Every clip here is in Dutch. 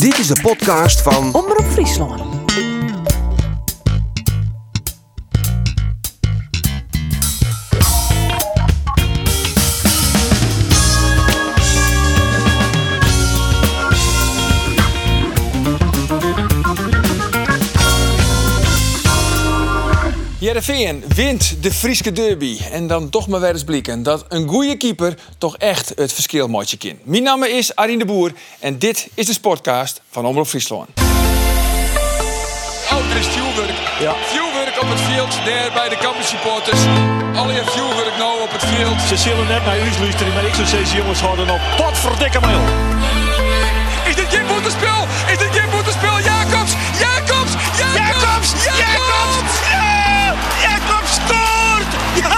Dit is de podcast van Omroep Friesland. Heerenveen wint de Frieske derby. En dan toch maar weer eens blikken dat een goede keeper toch echt het verschil maatje kan. Mijn naam is Arjen de Boer en dit is de Sportcast van Omroep Friesland. Oh, er is vuurwerk. Ja. Vuurwerk op het veld, daar bij de Cambuur supporters. Alle vuurwerk nou op het veld. Ze zullen net naar u luisteren, maar ik zou zeggen, jongens, houden op. Potverdikke mij op. Is dit geen boetespel? Is dit geen boetespel? Jacobs! Jacobs! Jacobs! Jacobs! Ja! Jacobs scoort! Ja!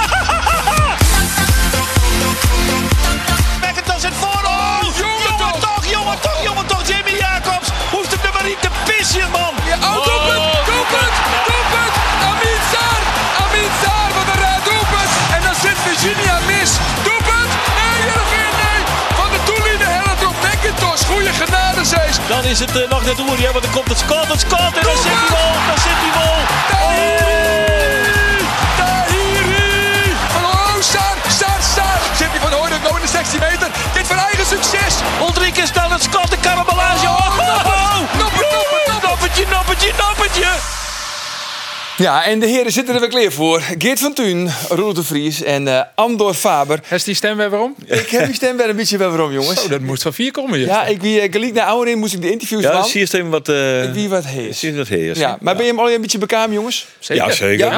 McIntosh het voor. Oh, jongen toch, Jamie Jacobs. Hoeft hem er maar niet te pissen, man. Ja, doelpunt! Amin Sarr, wat een raar doelpunt. En dan zit Virginia mis. Doelpunt! Nee, Heerenveen, nee. Van de toelieden helft op McIntosh. Goeie genade, zees. Dan is het nog net oer, ja, want dan komt het scoort. En dan zit hij wel, Tahiri! Oh, Sarr! Zit hij van Hooydonk nou in de 16 meter? Dit voor eigen succes! Ulrike dan het schot, de Carabalage. Noppertje. Ja, en de heren zitten er weer klaar voor. Geert van Tuin, Roelof de Vries en Andor Faber. Has die stem weer waarom? Ik heb die stem weer een beetje weer waarom, jongens. Zo, dat moest van 4 komen. Ja, ik wie gelijk naar Ouwerin moest ik de interviews Ja, van. zie je stem wat... Ik wie wat hees. Zie je wat hees. Ja, maar ben je hem al een beetje bekwaam, jongens? Zeker. Ja, zeker.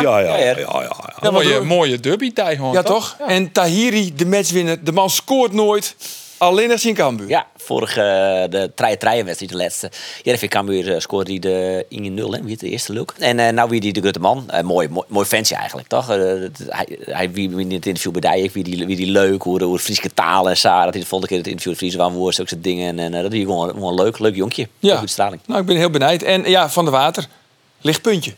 Ja. Mooie derby-tij gewoon. Ja, toch? Ja. En Tahiri, de matchwinner, de man scoort nooit. Alleen nog in Cambuur. Ja, de 3-3-wedstrijd, de laatste. Heerenveen Cambuur scoorde hij de 1-0, hè, wie het de eerste leuk. En nou wie die de grote man. Mooi ventje eigenlijk, toch? Hij wie in het interview bij Dijk, wie die leuk, hoe Friese taal en Sarah, dat hij de volgende keer het interview Fries waren woord, zulke soort dingen. En dat is gewoon een leuk jonkje. Ja. Goed straling. Nou, ik ben heel benieuwd. En ja, Van der Water, lichtpuntje.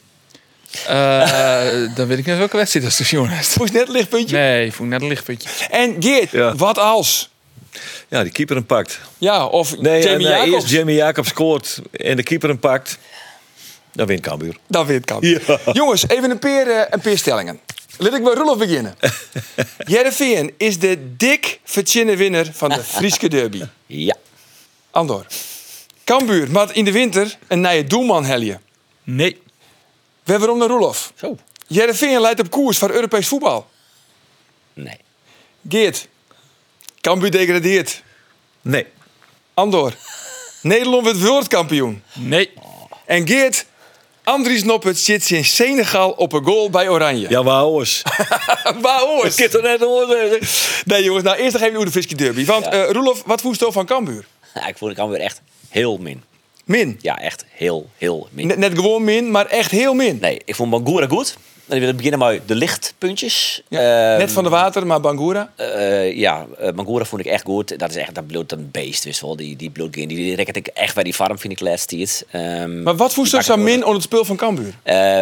Dan weet ik net welke wedstrijd dat is, jongens. Vond je net een lichtpuntje? Nee, ik vond net een lichtpuntje. En Geert, Ja. wat als? Ja, die keeper hem pakt. Ja, of Nee, Jamie Jacobs. eerst Jamie Jacobs scoort en de keeper hem pakt. Dan wint Cambuur. Dat wint Cambuur. Ja. Jongens, even een paar stellingen. Laat ik bij Roelof beginnen. Heerenveen is de dik verzinnen winnaar van de Frieske derby. Ja. Andor. Cambuur maakt in de winter een nieuwe doelman helje. Nee. We hebben naar Roelof. Zo. Heerenveen leidt op koers voor Europees voetbal. Nee. Geert. Cambuur degradeert. Nee. Andor. Nederland wordt wereldkampioen. Nee. En Geert. Andries Noppert zit in Senegal op een goal bij Oranje. Ja, waar hoors? Waar oors? Ik kan er net horen. Nee jongens, nou eerst nog even over de Frieske derby. Want Roelof, wat voest je van Cambuur? Ja, ik vond Cambuur echt heel min. Min. Ja, echt heel min. Net gewoon min, maar echt heel min. Nee, ik vond Bangura goed. En ik wil beginnen met de lichtpuntjes. Ja, net van de water, maar Bangura. Bangura vond ik echt goed. Dat bloed een beest, wist wel. Die bloed die rekent ik echt bij die farm, vind ik laatst iets. Maar wat voest je zo min onder het spel van Cambuur?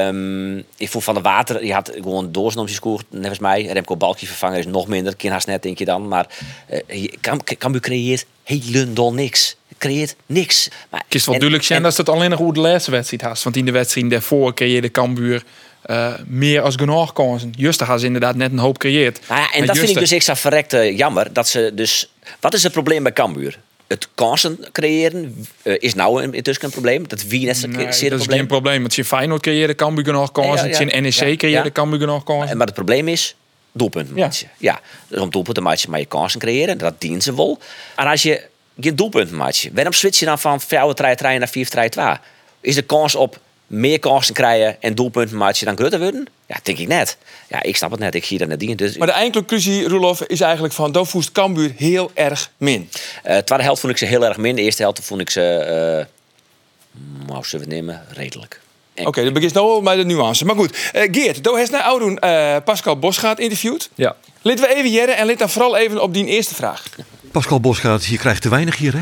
Ik voel van de water, die had gewoon doorsnoms gescoord, net als mij. Remco Balkje vervangen is nog minder. Ken haast net, denk je dan. Maar Cambuur creëert helemaal niks. Creëert niks. Maar, Het is wel duidelijk zijn dat het alleen nog hoe de laatste wedstrijd had. Want in de wedstrijd daarvoor creëerde Cambuur meer als genoeg kansen. Juist had ze inderdaad net een hoop creëert. Nou ja, en dat vind ik dus extra verrekte jammer. Dat ze dus, wat is het probleem bij Cambuur? Het kansen creëren is nou intussen een probleem. Dat wie net Nee, zeer dat is probleem. geen probleem. Want je Feyenoord creëerde Cambuur genoeg kansen. Ja, ja. NEC creëerde Ja. Cambuur genoeg kansen. Maar het probleem is doelpunten matchen. Ja, dus om doelpunten matchen, maar je kansen creëren. Dat dienen ze wel. En als je geen doelpunten matchen, waarom switch je dan van 4-3-3 naar 4-3-2? Is de kans op meer kansen krijgen en doelpunten matchen dan groter worden? Ja, denk ik net. Ja, ik snap het net. Ik zie dat net dingen. Dus Maar de eindconclusie, Roelof, is eigenlijk van... dat voest Cambuur heel erg min. tweede helft vond ik ze heel erg min. De eerste helft vond ik ze, zullen we het nemen, redelijk. Oké, dan begint nou wel bij de nuance. Maar goed, Geert, toen heeft naar Oudoen Pascal Bosgaard interviewd. Ja. Laten we even jaren en let dan vooral even op die eerste vraag. Pascal Bosgaard, je krijgt te weinig hier,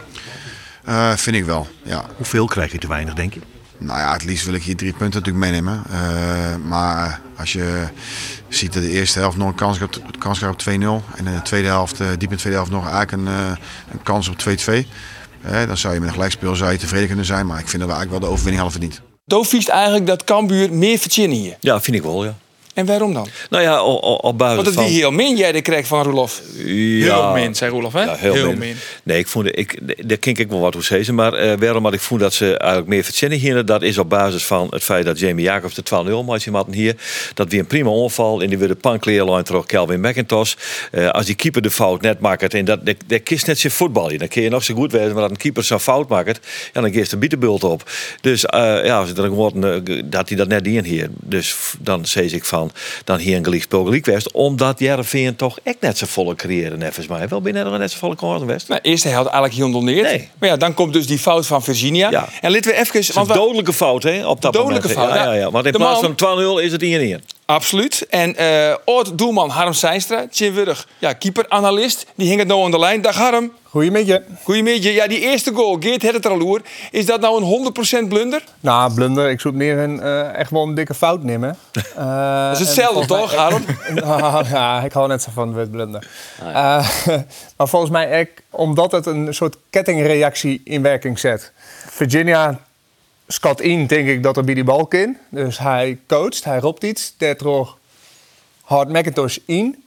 hè? Vind ik wel, ja. Hoeveel krijg je te weinig, denk je? Nou ja, het liefst wil ik hier 3 punten natuurlijk meenemen. Maar als je ziet dat de eerste helft nog een kans gehad op 2-0. En in de tweede helft, diep in de tweede helft nog eigenlijk een kans op 2-2. Dan zou je met een gelijkspel tevreden kunnen zijn. Maar ik vind dat we eigenlijk wel de overwinning hadden verdiend. Toen viest eigenlijk dat Cambuur meer verdienen hier. Ja, vind ik wel, ja. En waarom dan? Nou ja, op basis Want het van... wie heel min jij de kreeg van Roelof. Heel min, zei Roelof, hè? Ja, heel min. Nee, ik vond daar kink ik wel wat hoe zeggen. Maar waarom had ik vond dat ze eigenlijk meer verzinnen hier, dat is op basis van het feit dat Jamie Jacobs de 2-0 match hadden hier. Dat weer een prima onval en die weer de pankleerlijn terug Kelvin McIntosh. Als die keeper de fout net maakt en dat kiest net zijn voetbal. Dan kun je nog zo goed wezen, maar dat een keeper zo'n fout maakt, ja, dan geeft de bietenbult op. Dus als het dan wordt dat hij dat net in hier. Dus dan zeg ik van dan hier een gelijk West, omdat Heerenveen toch echt net zo volle creëren, volgens mij. Wel binnen er net zo volle kansen West. Nou, eerst hij had eigenlijk heel doneerd. Nee. Maar ja, dan komt dus die fout van Virginia. Ja. En laten we even... Het is een dodelijke fout, hè? Op dat dodelijke moment. fout, ja. Want in plaats van 2-0 is het 1-1. Absoluut. En oud-doelman Harm Seinstra, Tjinwurdig, keeper-analyst, die hing het nou aan de lijn. Dag Harm. Goedemiddag. Goedemiddag. Ja, die eerste goal, Geert had het er al over. Is dat nou een 100% blunder? Nou, blunder. Ik zoek meer echt wel een dikke fout nemen. Dat is hetzelfde, toch, Harm? Ja, ik hou net zo van het blunder. Maar volgens mij, omdat het een soort kettingreactie in werking zet. Virginia schat in, denk ik, dat er bij die bal kan. Dus hij coacht, hij roept iets. Daardoor houdt McIntosh in.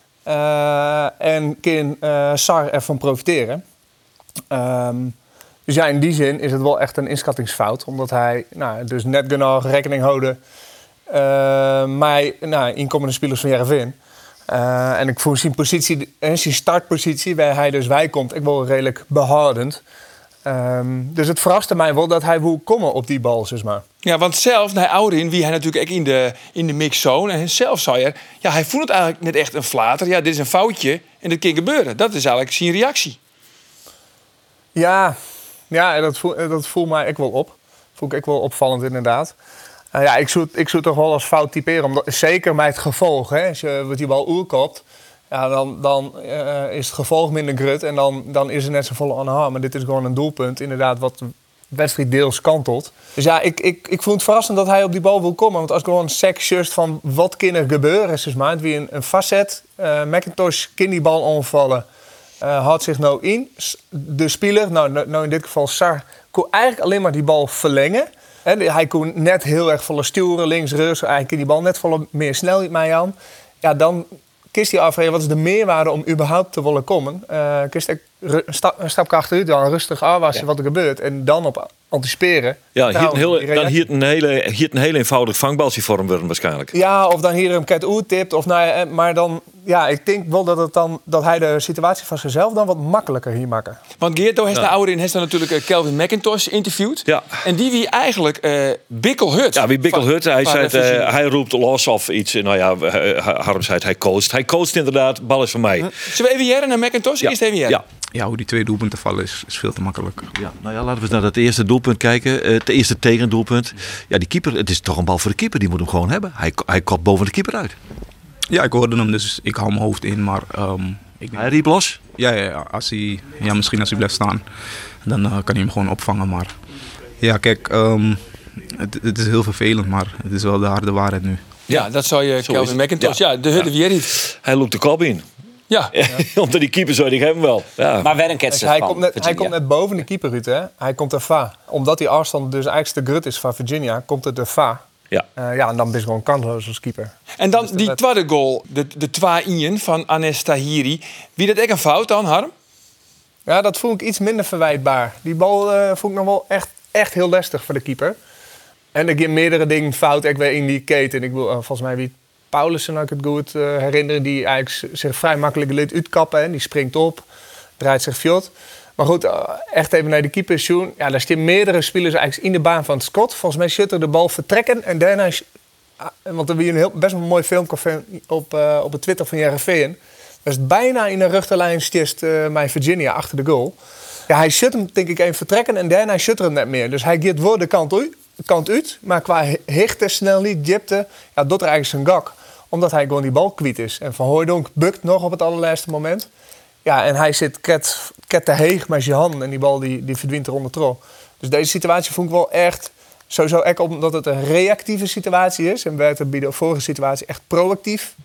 En kan Sar ervan profiteren. Dus ja, in die zin is het wel echt een inschattingsfout. Omdat hij dus net genoeg rekening houden met inkomende spelers van Heerenveen. En ik voel zijn positie, zijn startpositie, waar hij dus bij komt, ik wel redelijk behoudend. Dus het verraste mij wel dat hij wil komen op die bal, zeg maar. Ja, want zelf, naar Ouderin, wie hij natuurlijk ook in de mixzone. En zelf zei hij, ja, hij voelt het eigenlijk net echt een flater. Ja, dit is een foutje en dit kan gebeuren. Dat is eigenlijk zijn reactie. Ja, dat voelt mij ook wel op. Voel ik ook wel opvallend, inderdaad. Ik zou toch wel als fout typeren. Omdat, zeker met het gevolg. Hè, als je die bal oerkopt, ja, dan is het gevolg minder grut. En dan is er net zo volle aan de hand. Maar dit is gewoon een doelpunt, inderdaad, wat de wedstrijd deels kantelt. Dus ja, ik vond het verrassend dat hij op die bal wil komen. Want als ik gewoon een sec just van wat kan er gebeuren, zeg maar, wie een facet. McIntosh kan die bal onvallen. Had zich nou in. De speler, nou in dit geval Sar, kon eigenlijk alleen maar die bal verlengen. Hij kon net heel erg volle sturen, links, rechts. Hij kon die bal net volle meer snelheid mee aan. Ja, dan kiest hij afvragen, wat is de meerwaarde om überhaupt te willen komen? Kiest ik een stapje achteruit, dan rustig aanwassen wat er gebeurt. En dan op anticiperen. Ja, hier een hele eenvoudig vangbalsje vorm worden waarschijnlijk. Ja, of dan hier een cat tipt. Of maar dan, ja, ik denk wel dat hij de situatie van zichzelf dan wat makkelijker hier maken. Want Geert heeft de ouder in heeft dan natuurlijk Kelvin McIntosh interviewd. Ja. En die wie eigenlijk Bikkelhut. Ja, wie Bikkelhut. Hij zei, hij roept los of iets. Nou ja, Harm zei hij coacht. Hij coacht inderdaad, bal is van mij. Zullen we even jaren naar McIntosh? Ja. Eerst even jaren. Ja. Ja, hoe die 2 doelpunten vallen is veel te makkelijk. Ja, nou ja, laten we eens naar het eerste doelpunt kijken. Het eerste tegendoelpunt. Ja, die keeper, het is toch een bal voor de keeper. Die moet hem gewoon hebben. Hij kopt boven de keeper uit. Ja, ik hoorde hem, dus ik hou mijn hoofd in. Maar hij riep los? Ja, misschien als hij blijft staan. Dan kan hij hem gewoon opvangen. Maar ja, kijk, het is heel vervelend. Maar het is wel de harde waarheid nu. Ja, dat zou je Kelvin McIntosh. Ja, de hudde weer niet. Hij loopt de kop in. Ja. Omdat die keeper zo, die hebben wel. Ja. Maar Wernketsen hij komt net boven de keeper uit, hè? Hij komt er va. Omdat die afstand dus eigenlijk te grut is van Virginia, komt het er va. Ja. En dan ben je gewoon kansloos als keeper. En dan die tweede goal, de 2-1 van Anes Tahiri. Wie dat echt een fout dan, Harm? Ja, dat voel ik iets minder verwijtbaar. Die bal voel ik nog wel echt heel lastig voor de keeper. En er gaan meerdere dingen fout ik weer in die keten. Ik wil volgens mij wie Paulussen, als ik het goed herinneren, die eigenlijk zich vrij makkelijk liet uitkappen. En die springt op, draait zich fjot. Maar goed, echt even naar de keeper. Ja, daar staan meerdere spelers eigenlijk in de baan van het schot. Volgens mij zit er de bal vertrekken en daarna... Want er was best wel een mooi filmpje op het Twitter van Heerenveen. Dat is bijna in een rechterlijn stiest bij Virginia achter de goal. Ja, hij zit hem denk ik even vertrekken en daarna zit er hem net meer. Dus hij gaat wel de kant uit. Maar qua hechte, snelheid, jipte, ja, doet er eigenlijk zijn gak. Omdat hij gewoon die bal kwijt is. En Van Hooijdonk bukt nog op het allerlaatste moment. Ja, en hij zit ket te heeg met zijn handen. En die bal die verdwijnt eronder tro. Dus deze situatie vond ik wel echt... Sowieso ook omdat het een reactieve situatie is. En werd er bij de vorige situatie echt proactief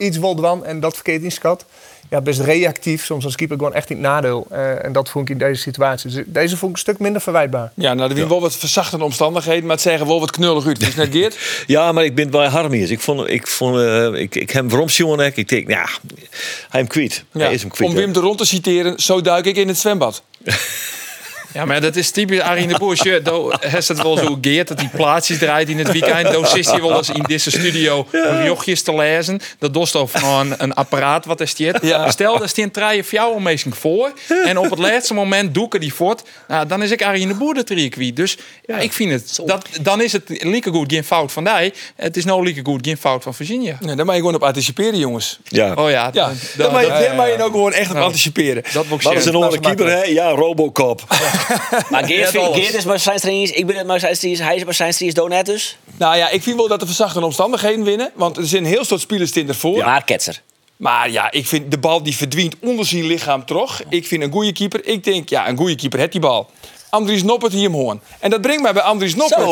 iets wil dwan en dat verkeerd inschat. Ja, best reactief. Soms als keeper gewoon echt in het nadeel. En dat vond ik in deze situatie. Dus deze vond ik een stuk minder verwijtbaar. Ja, nou, er zijn wel wat verzachtende omstandigheden, maar het zeggen wel wat knullig uit. Is net Geert? Ja, maar ik ben bij Harmies. Ik heb hem waarom jongen. Ik denk, ja, hij hem kwijt. Ja. Hij is hem kwijt. Om Wim de Rond te citeren, zo duik ik in het zwembad. Ja, maar dat is typisch Arjen de Boer. Heeft het wel zo geert dat die plaatsjes draait in het weekend. Dan zit hij wel eens in deze studio riochtjes te lezen. Dat dost of van een apparaat wat er staat. Ja. Stel, dat staat een trein voor jou ommeesting voor. En op het laatste moment doe ik die voort. Nou, dan is ik Arjen de Boer de trie kwijt. Dus ja, ik vind het. Dan is het lieke goed geen fout van die. Het is nou lieke goed geen fout van Virginia. Nee, daar mag je gewoon op anticiperen, jongens. Ja. Oh ja. Ja, daar mag je nou gewoon echt op anticiperen. Dat wil ik Wat is zeggen. een andere keeper, hè? Ja, Robocop. Maar Geert is maar zijn trainers. Ik ben het maar zijn trainers. Hij is maar zijn trainers. Donet dus. Nou ja, ik vind wel dat de verzachtende omstandigheden winnen. Want er zijn een heel soort spelers in ervoor. Ja. Maar ketser. Maar ja, ik vind de bal die verdwijnt onder zijn lichaam terug. Ik vind een goede keeper. Ik denk, ja, een goede keeper heeft die bal. Andries Noppert hier hem hoorn. En dat brengt mij bij Andries Noppert.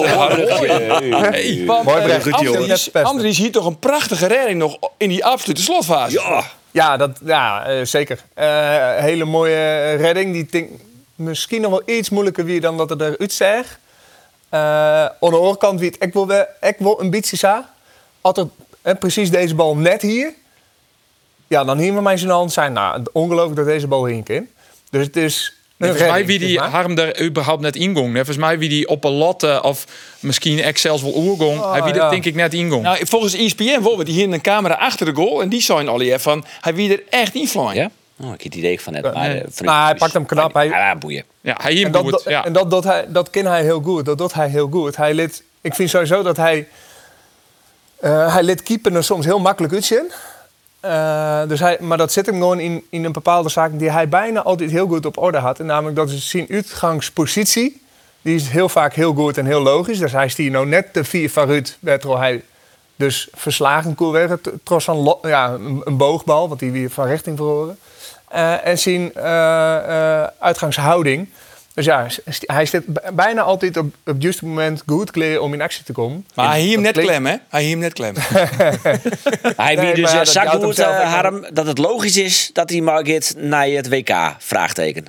Want Andries hier toch een prachtige redding nog in die absolute slotfase. Ja, zeker. Hele mooie redding. Die denk misschien nog wel iets moeilijker weer dan dat het eruit zegt. Aan de andere kant wie het ik wil een beetje zo. Altijd precies deze bal net hier. Ja, dan hier met mij zijn hand zijn. Nou, ongelooflijk dat deze bal heen kan. Dus het is. Volgens mij wie die Harm er überhaupt net ingong. Volgens mij wie die op een lotte of misschien ook zelfs wel oergong. Hij wie dat denk ik net ingong. Nou, volgens ESPN wilden die hier een camera achter de goal. En die zijn al hier van, hij wie er echt niet vlooien. Ja? Oh, ik heb het idee van net. Hij pakt hem knap. Boeien. Ja, hij hier en dat kan hij heel goed. Dat doet hij heel goed. Ik vind sowieso dat hij liet keeper er soms heel makkelijk uitzien. Maar dat zit hem gewoon in een bepaalde zaak die hij bijna altijd heel goed op orde had. En namelijk dat is zijn uitgangspositie. Die is heel vaak heel goed en heel logisch. Dus hij stier nou net de 4 van Ruud. Waardoor hij dus verslagen kon werden. Trots van een boogbal, wat hij weer van richting verloren. En zijn uitgangshouding. Dus ja, hij zit bijna altijd op het juiste moment goed klaar om in actie te komen. Maar hij hier hem net klem, hè? Hij hier hem net klem. Hij wie dus zag goed, Harm, dat het logisch is dat hij Margit naar het WK vraagteken.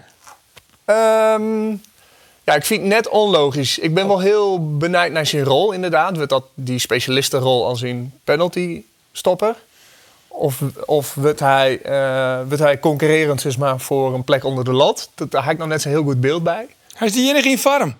Ja, ik vind het net onlogisch. Ik ben wel heel benieuwd naar zijn rol, inderdaad. Wordt dat die specialistenrol als een penalty-stopper? Of wordt hij concurrerend zeg maar, voor een plek onder de lat? Daar heb ik nog net zo'n heel goed beeld bij. Hij is die enige in vorm.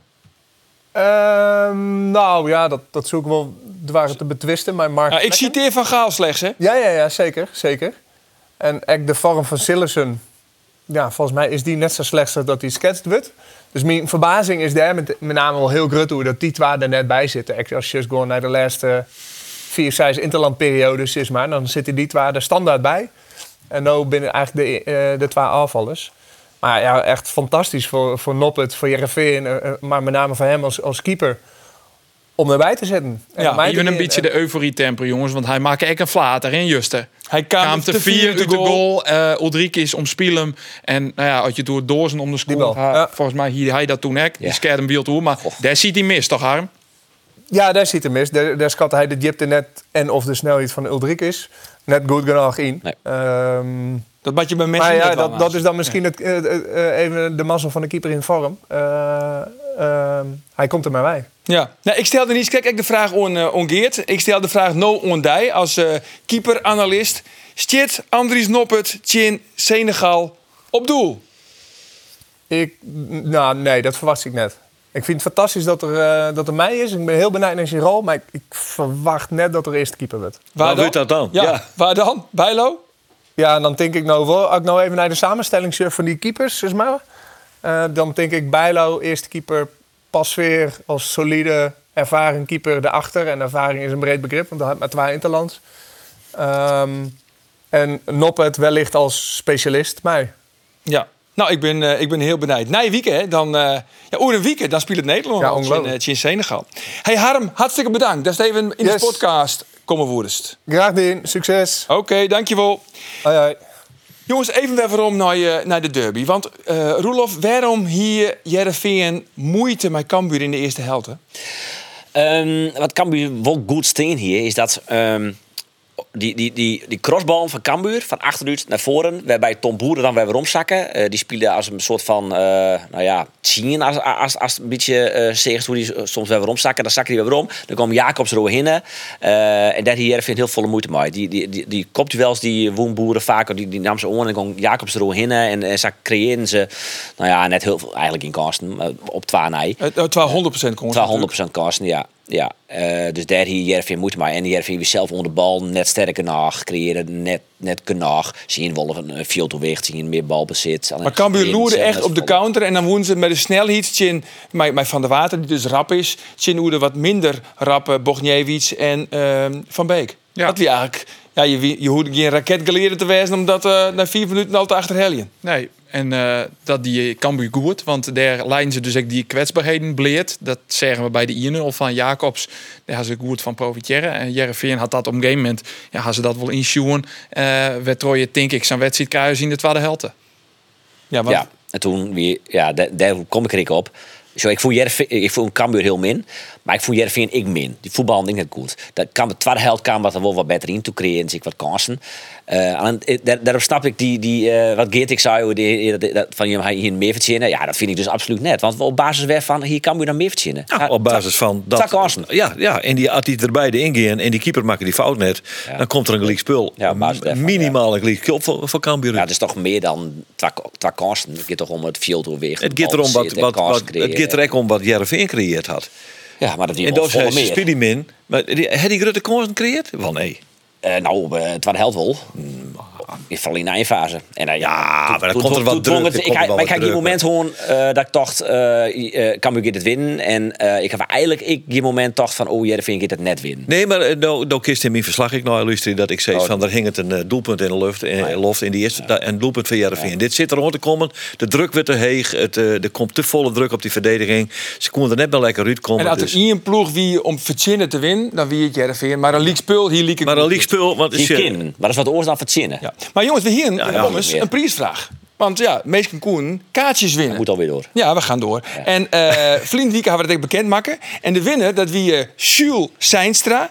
Nou ja, dat zoek ik wel dwars te betwisten. Maar Mark ik citeer Van Gaal slechts, hè? Ja, zeker. En ook de vorm van Sillerson. Ja, volgens mij is die net zo slecht dat hij schetst wordt. Dus mijn verbazing is daar met name wel heel groot hoe dat die twee er net bij zitten. Als je gewoon naar de laatste 4, 6 interlandperiodes is maar, dan zitten die twee er standaard bij. En nu binnen eigenlijk de 2 aanvallers. Maar ja, echt fantastisch voor Noppert, voor Heerenveen, maar met name voor hem als keeper. Om erbij te zetten. Ja, even een beetje de euforie-temper, jongens. Want hij maakt echt een flater in Justen. Hij kwam te 4 uit de goal. Ulrike is omspiel hem. En nou ja, als je door doorzen om de score... Volgens mij hier hij dat toen ook. Die scared hem beeld toe. Maar daar ziet hij mis, toch Harm? Ja, daar ziet hij mis. Daar schat hij de diepte net en of de snelheid van Ulrike is. Net goed genoeg in. Nee. Dat wat je bij mensen maar ja, dat is dan misschien even de mazzel van de keeper in vorm. Hij komt er maar bij. Ja, nou, ik stelde niet. Kijk, de vraag aan Geert. Ik stel de vraag aan Dij als keeper-analyst. Stiet Andries Noppert, Chin, Senegal op doel? Nee, dat verwacht ik net. Ik vind het fantastisch dat er mij is. Ik ben heel benieuwd naar zijn rol, maar ik verwacht net dat er eerste keeper wordt. Waar wordt dat dan? Ja. Waar dan? Bijlo? Ja, dan denk ik nou wel. Als ik nou even naar de samenstelling surf van die keepers, zeg maar. Dan denk ik Bijlo, eerste keeper, Pasveer als solide, ervaren keeper erachter. En ervaring is een breed begrip, want dat had maar 2 interlands. En Noppert wellicht als specialist, mij. Ja. Nou, ik ben heel benieuwd. Na je weekend, dan... over een weekend, dan speelt het Nederland in Senegal. Hey Harm, hartstikke bedankt. Dat is even in de podcast komen woerdest. Graag gedaan. Succes. Oké, dankjewel. Hoi. Jongens, even weer waarom naar de derby. Want Roelof, waarom hier Heerenveen moeite met Cambuur in de eerste helft? Wat Cambuur wel goed steen hier is dat... die crossbal van Cambuur, van achteruit naar voren, waarbij Tom Boeren dan weer weer omzakken. Die spelen als een soort van, zien als een beetje zegt hoe die soms weer weer omzakken. Dan zakken die weer om. Dan komt Jacobs er heen. En dat hier vindt heel volle moeite mee. Die kopduels die woon Boeren vaak, die nam ze om en dan komt Jacobs er heen. En zo creëren ze, net heel veel eigenlijk in kansen op 2 nee. 200% kansen. 200% kansen, ja. Ja, dus daar hier Jervin moet maar. En Jervin weer zelf onder de bal net sterker nog creëren, net genoeg. Zien wel een veel toewicht, zien meer balbezit. Maar Cambuur loerde echt op de counter en dan woen ze met de snelheid met Van der Water, die dus rap is. Zien hoe er wat minder rap Bogniewicz en Van Beek. Ja. Dat wie eigenlijk, je hoeft geen raket geleren te wezen omdat na 4 minuten al te achterheljen. Nee, en dat die Cambuur goed, want daar lijnen ze dus ook die kwetsbaarheden bleed. Dat zeggen we bij de 1-0 van Jacobs. Daar gaan ze goed van profiteren. En Jereveen had dat op een gegeven moment, gaan ze dat wel inschuwen. Waardoor denk ik, zijn wedstrijd kruis in de tweede helft. Ja, en toen daar kom ik op. Zo, ik voel Cambuur heel min, maar ik voel Jervin ik min. Die voetbal denk ik goed. Dat kan de tweede helft kan wat er wel wat beter in toe creëren, zie ik wat kansen. Daarop snap ik wat Geert zei van hij hier meer verzinnen. Ja, dat vind ik dus absoluut net, want op basis waarvan hier Cambuur dan meer verzinnen. Ja, op basis van dat. Kansen. Ja, en die als die erbij ingaan en die keeper maken die fout net, dan komt er een gelijk spul. Ja, minimaal een gelijk spul voor Cambuur. Ja, het is toch meer dan 2 kansen. Het gaat toch om het veel doorwegen. Het gaat erom het gaat er om wat Jereveen creëert had. Ja, maar dat die en dat is speelde min. Maar had die grote kansen gecreëerd? Wel nee. Het was de helft wel. Ik val in de eindfase. En maar dan komt er wat druk. Maar ik had die moment gewoon dat ik dacht, Cambuur gaat het winnen. En ik heb eigenlijk die moment dacht van, Jereveen gaat het net winnen. Nee, maar nou kist in mijn verslag ik illustreren dat ik zei van, er hing het een doelpunt in de lucht in die eerste een doelpunt van Jereveen. Ja. Dit zit er rond te komen. De druk werd te heeg. Er komt te volle druk op die verdediging. Ze konden er net wel lekker uitkomen. En als er één ploeg wie om verzinnen te winnen, dan wie het Jereveen. Maar een leakspul hier liek ik. Maar een leakspul, want maar dat is wat oors dan verzinnen. Ja. Maar jongens, we hier een prijsvraag. Want meesten Koen kaartjes winnen. Moet alweer door. Ja, we gaan door. Ja. En Vliendwieken hebben we het bekend maken. En de winnaar, dat wie Jules Seinstra.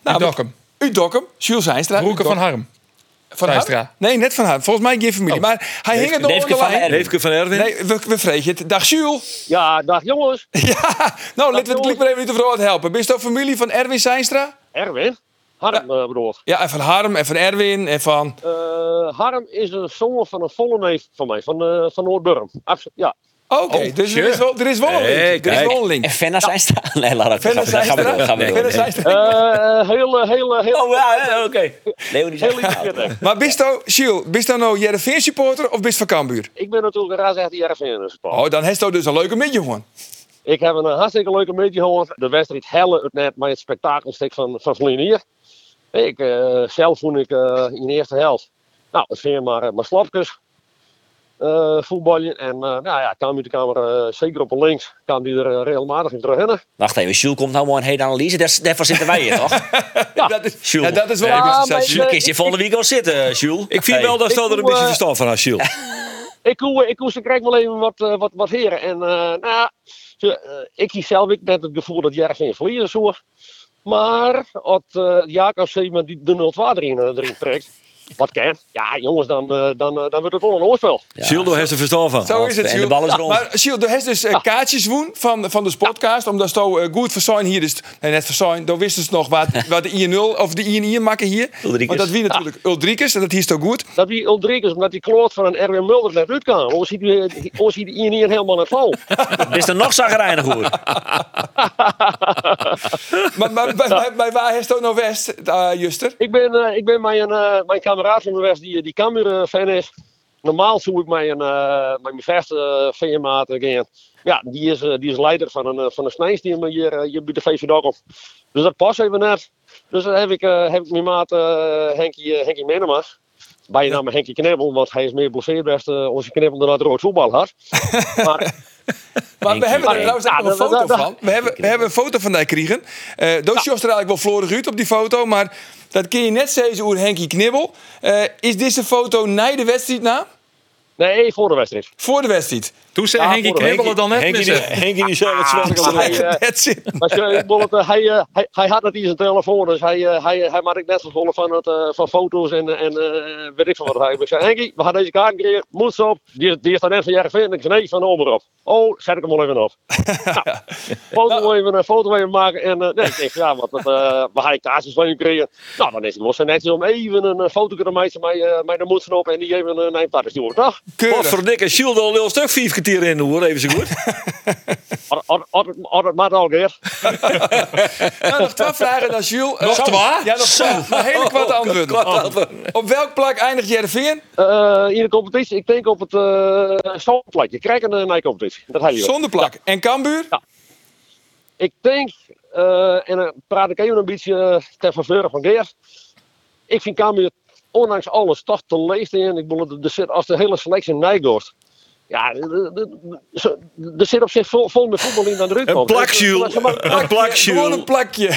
Uit Dokkum. Jules Seinstra. Broeken van Harm. Van Harm? Nee, net van Harm. Volgens mij geen familie. Maar hij hing er nog aan de lijn. Leefke van Erwin. Nee, we vregen het. Dag Jules. Ja, dag jongens. Ja, nou, laten we het klik maar even niet de vrouw helpen. Ben je toch familie van Erwin Seinstra? Erwin? Harm, broer. Ja, en van Harm en van Erwin en van... Harm is een zoon van een volle neef van mij, van Noordburm. Ja. Oké, dus er is wel een link. En Venna Seinstra? Nee, laat het. Gaan we door. Heel... Oh ja, oké. Maar bist je nou Jereveen supporter of bist je van Cambuur? Ik ben natuurlijk een raas-echte Jereveen supporter. Oh, dan heeft hij dus een leuke midje gewoon. Ik heb een hartstikke leuke midje gehoord. De wedstrijd helle het net met het spektakelstuk van Vlienier. Zelf vond ik in de eerste helft. Nou, het vind maar slapjes. Voetballen. En Cambuur de kamer zeker op links. Kan die er regelmatig in terug in. Wacht even, Jules komt nou maar een hele analyse. Daarvoor zitten wij hier, toch? Ja, dat is wel even. Jules, kies je volgende week al zitten, Jules. Ik vind wel dat er een beetje verstand van has, Jules. Ik krijg wel even wat heren. En ik kies zelf net het gevoel dat Jereveen verliezen zou. Maar als Jacobs die de 0-2 erin trekt. Wat kan? Ja, jongens, dan wordt het wel een oorspel. Ja. Jules, daar heeft er verstand van. Zo is het, en de bal is rond. Maar Jules, er heeft dus kaartjes woen van de podcast. Omdat je goed verzorgen hier. Dus, net verzorgen, dan wist dus nog wat de 1-0 of de 1-1 maken hier. Ulrikes. Want dat wie natuurlijk Ulrikes. En dat is toch goed. Dat wie Ulrikes, omdat die kloot van een Erwin Mulder net uit kan. Hoe ziet die 1-1 helemaal net vol. Is er nog zagrijnig goed. Maar waar is het nou West, Juster? Ik ben mijn kameraad van de West die Cambuur fan is. Normaal zoek ik mijn beste fanmaat gaan. Ja, die is leider van een snijsteam hier bij de VV Dokkum. Dus dat past even net. Dus dan heb ik mijn maat Henkie Menema. Bijna met Henkie Knibbel, want hij is meer blesseerd onze Knibbel dan dat rood voetbal had. Maar we hebben er trouwens ook een foto van. We hebben een foto van die kregen. Dat Jos er eigenlijk wel florig uit op die foto, maar dat kun je net zeggen over Henkie Knibbel. Is deze foto na de wedstrijd na? Nee, voor de wedstrijd. Voor de wedstrijd. Toen zei Henkie knibbelen dan net missen. Henkie die zei het zwaar. That's it. Hij had het in zijn telefoon, dus hij maakte net vervolgen van foto's en weet ik veel wat. Ik zei, Henkie, we gaan deze kaart creëren, moet ze op. Die is dan net van Jereveen. Ik zei, nee, van Omer op. Oh, zet ik hem wel even op. Foto even maken en ik denk, ja, we gaan kaartjes van je creëren. Nou, dan is het los netjes om even een foto te maken met de moedsen op en die even een eindpad te sturen, toch? Wat voor dikke Sjoerd al een heel stuk 5 kwartier in hoor, even zo goed. Het maakt al keer. Nou, nog 2 vragen dan Jules. Nog 2? Ja, nog 2. Een hele korte antwoorden. Op welk plak eindigt Jereveen? In de competitie, ik denk op het zonneplakje. Ik krijg een competitie. Dat ga je Zonder plak. Ja. En Cambuur? Ja. Ik denk, en dan praat ik even een beetje ter faveur van Geert. Ik vind Cambuur, ondanks alles, toch te leeg in. Ik bedoel, als de hele selectie Nijgoord. Ja, er zit op zich vol met voetbal in aan de rug. Een plakje. Een plakje. Gewoon een plakje.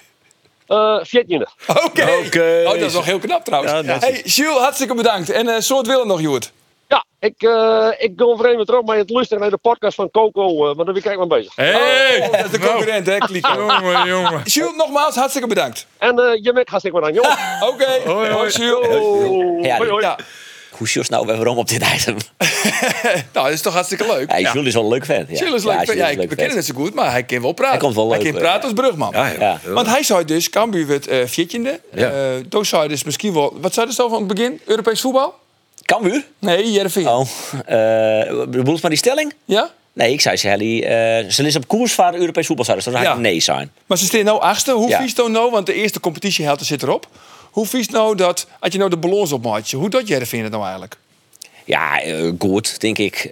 14e. Oké. Oh, dat is nog heel knap trouwens. Ja, hey, Jules, hartstikke bedankt. En soort willen nog, Joert. Ja, ik ga overeen met erop, maar het luisteren naar de podcast van Coco, want daar ben ik eigenlijk mee bezig. Hey! Dat is de concurrent, hè, Klieke. Jongen. Jules, nogmaals, hartstikke bedankt. En je bent hartstikke bedankt, jongen. Oké. Hoi, Jules. Ja, Hoi. hoe is Jos nou weer waarom op dit item? Nou, dat is toch hartstikke leuk. Ja, Jules is wel een leuk vent. Ja. Jules is leuk. Ja, we kennen het zo goed, maar hij kan wel praten. Hij komt wel leuk. Hij kan praten als brugman. Ja. Want hij zei dus, Cambuur werd 14e. Toen zei dus misschien wel... Wat zei je zo van het begin? Europees voetbal? Cambuur? Nee, Jereveen. Oh, bedoelt maar die stelling? Ja? Nee, ik zei ze is op koers voor Europees voetbal, dus dat zou nee zijn. Maar ze staan nou 8e. Hoe vies dan nou? Want de eerste competitiehelte zit erop. Hoe vies nou dat, als je nou de balans opmaakt, hoe doet Jereveen het nou eigenlijk? Ja, goed, denk ik.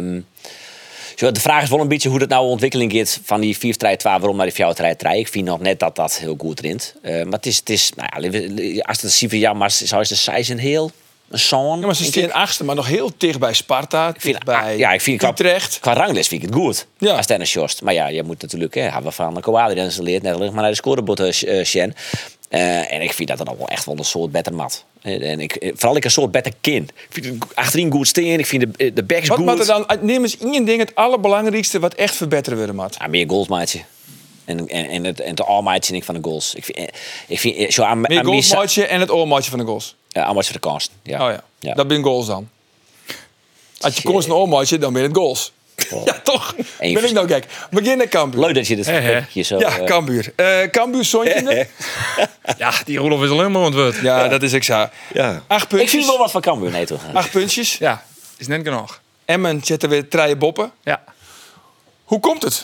De vraag is wel een beetje hoe dat nou ontwikkeling gaat van die 4-3-2, waarom naar die 4-3-3. Ik vind nog net dat heel goed rint. Maar het is nou ja, als het ziet van ja, maar zou ze zijn heel een zoon. Ja, maar ze staan 8e, maar nog heel dicht bij Sparta, ik vind Utrecht. Qua ranglijst vind ik het goed. Ja. Als Dennis Jost. Maar ja, je moet natuurlijk we van Coadri installeerd, net maar naar de scorebord Sjen. En ik vind dat dan wel echt wel een soort beter mat. En vooral een soort beter kind. Ik vind achterin goed steen. Ik vind de backs goed. Wat er dan? Neem eens één ding het allerbelangrijkste wat echt verbeteren willen, Mat. Ja, meer goals, maatje. En het all-maatje ik van de goals. Ik vind zo aan meer goals, maatje en het all-maatje van de goals. Ja, all-maatje van de kans. Ja. Oh ja. Dat ben goals dan. Als je kost een all-maatje, dan ben het goals. Oh. Ja, toch? Ben ik nou gek. Beginnen Cambuur. Leuk dat je dit zo... Ja, Cambuur. Cambuur Sontje. Ja, die Roelof is alleen maar ontwoord. Ja, dat is exact. Ja. 8 puntjes. Ik vind wel wat van Cambuur, nee toch? 8 puntjes. Ja, is net genoeg. Emmen zetten weer 3 boppen. Ja. Hoe komt het?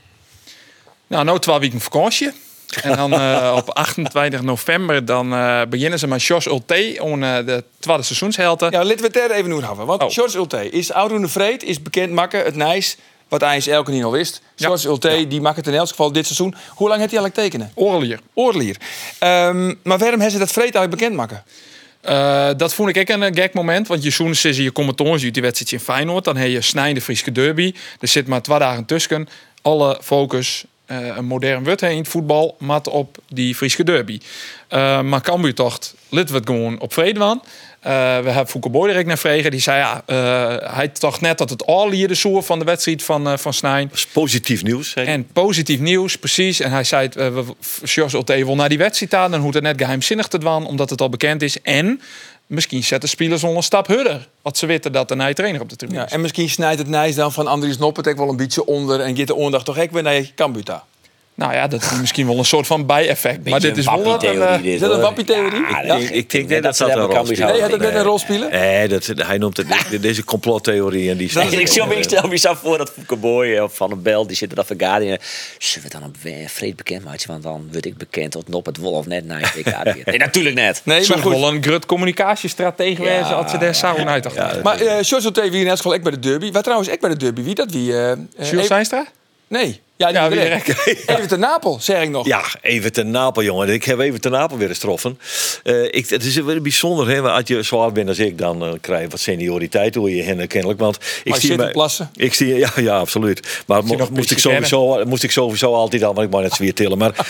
Nou 2 weken vakantie. En dan op 28 november dan beginnen ze met Jos Ulte om de tweede seizoenshelte. Ja, laten we het er even over hebben. Want Jos Ulte is Oudroende Vreed, is bekend maken het Nijs. Wat hij elke niet al wist. Jos Ulte, die maakt het in elk geval dit seizoen. Hoe lang heeft hij eigenlijk tekenen? Oorlier. Maar waarom hebben ze dat Vreed eigenlijk bekend maken? Dat vond ik een gek moment. Want je zoen is je commentaars uit die wedstrijd in Feyenoord. Dan heb je Snij de Frieske derby. Er zit maar 2 dagen tussen. Alle focus... een modern woord in het voetbal, mat op die Frieske derby. Maar Cambuur tocht, laten we het gewoon op vrede van. We hebben Fouke Boy direct naar vregen. Die zei, hij dacht net dat het al hier de soort van de wedstrijd van Snijn. Dat is positief nieuws. En positief nieuws, precies. En hij zei, Jos Ulte wil naar die wedstrijd aan. Dan hoeft het net geheimzinnig te doen, omdat het al bekend is. En... misschien zetten spelers al een stap harder. Want ze weten dat er een trainer op de tribune is. En misschien snijdt het Nijs dan van Andries Noppert ook wel een beetje onder. En gaat de oordag toch ook weer naar Cambuur. Nou ja, dat is misschien wel een soort van bijeffect. Maar dit is wel wat is dat een wappie-theorie? Ja, ik denk net dat dat een rol speelt. Nee, had het net een rol spelen? Nee, hij noemt het deze complottheorie. En die ik stel me zo voor dat Fouke Boy of Van den Bel, die zitten dan vergaderen. Zullen we dan op vreed bekend maken? Want dan word ik bekend tot Noppert Wolf net naar Nee, natuurlijk net. Nee, maar goed. Wel een grut communicatiestrategie wezen als ze daar zouden uitdachten. Maar Jos Ulte wie in elk geval ook bij de derby. Wat trouwens ook bij de derby. Wie dat wie? Jules Zijnstra? Nee. Ja, wie direct. Even te Napel, zeg ik nog. Ja, even te Napel, jongen. Ik heb even te Napel weer eens getroffen. Het is weer bijzonder, hè. Als je zo oud bent als ik, dan krijg je wat senioriteit door je heen, kennelijk. Want ik zie zit plassen. Ik zie, ja, absoluut. Maar moest ik sowieso altijd al, maar ik mag net zwier tillen. Maar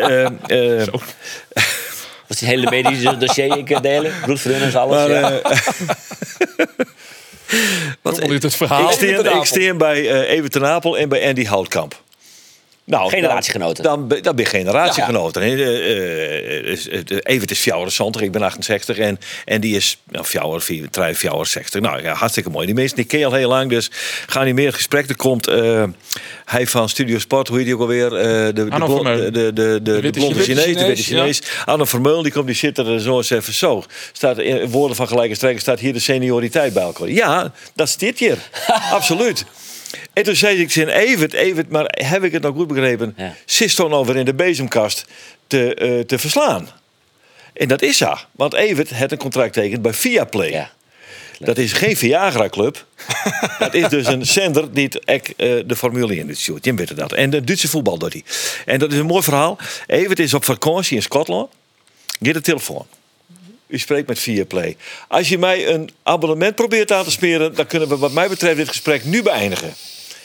was die hele medische dossier ik delen? Bloedverdunners, alles. Maar, Het verhaal. Ik steen bij Evert ten Apel en bij Andy Houtkamp. Nou, generatiegenoten. Dan ben je generatiegenoten. Evert is 64, ik ben 68 en die is 64. Nou ja, hartstikke mooi. Die mensen die ken je al heel lang, dus gaan niet meer in gesprek. Er komt hij van Studio Sport, hoe heet die ook alweer? De blonde Chinees, de witte Chinees. Anne Vermeulen, die zit er zo eens even zo. Staat in woorden van gelijke strekken, staat hier de senioriteit bij elkaar. Ja, dat is dit hier. Absoluut. En toen zei ik tegen Evert, maar heb ik het nou goed begrepen? Ja. Zit toch nou weer in de bezemkast te verslaan? En dat is zo. Want Evert heeft een contract tekend bij Viaplay. Ja. Dat is geen Viagra-club. Dat is dus een zender die de Formule 1 doet. Je weet dat. En de Duitse voetbal doet hij. En dat is een mooi verhaal. Evert is op vakantie in Schotland. Geef de telefoon. U spreekt met Viaplay. Als je mij een abonnement probeert aan te smeren, dan kunnen we wat mij betreft dit gesprek nu beëindigen.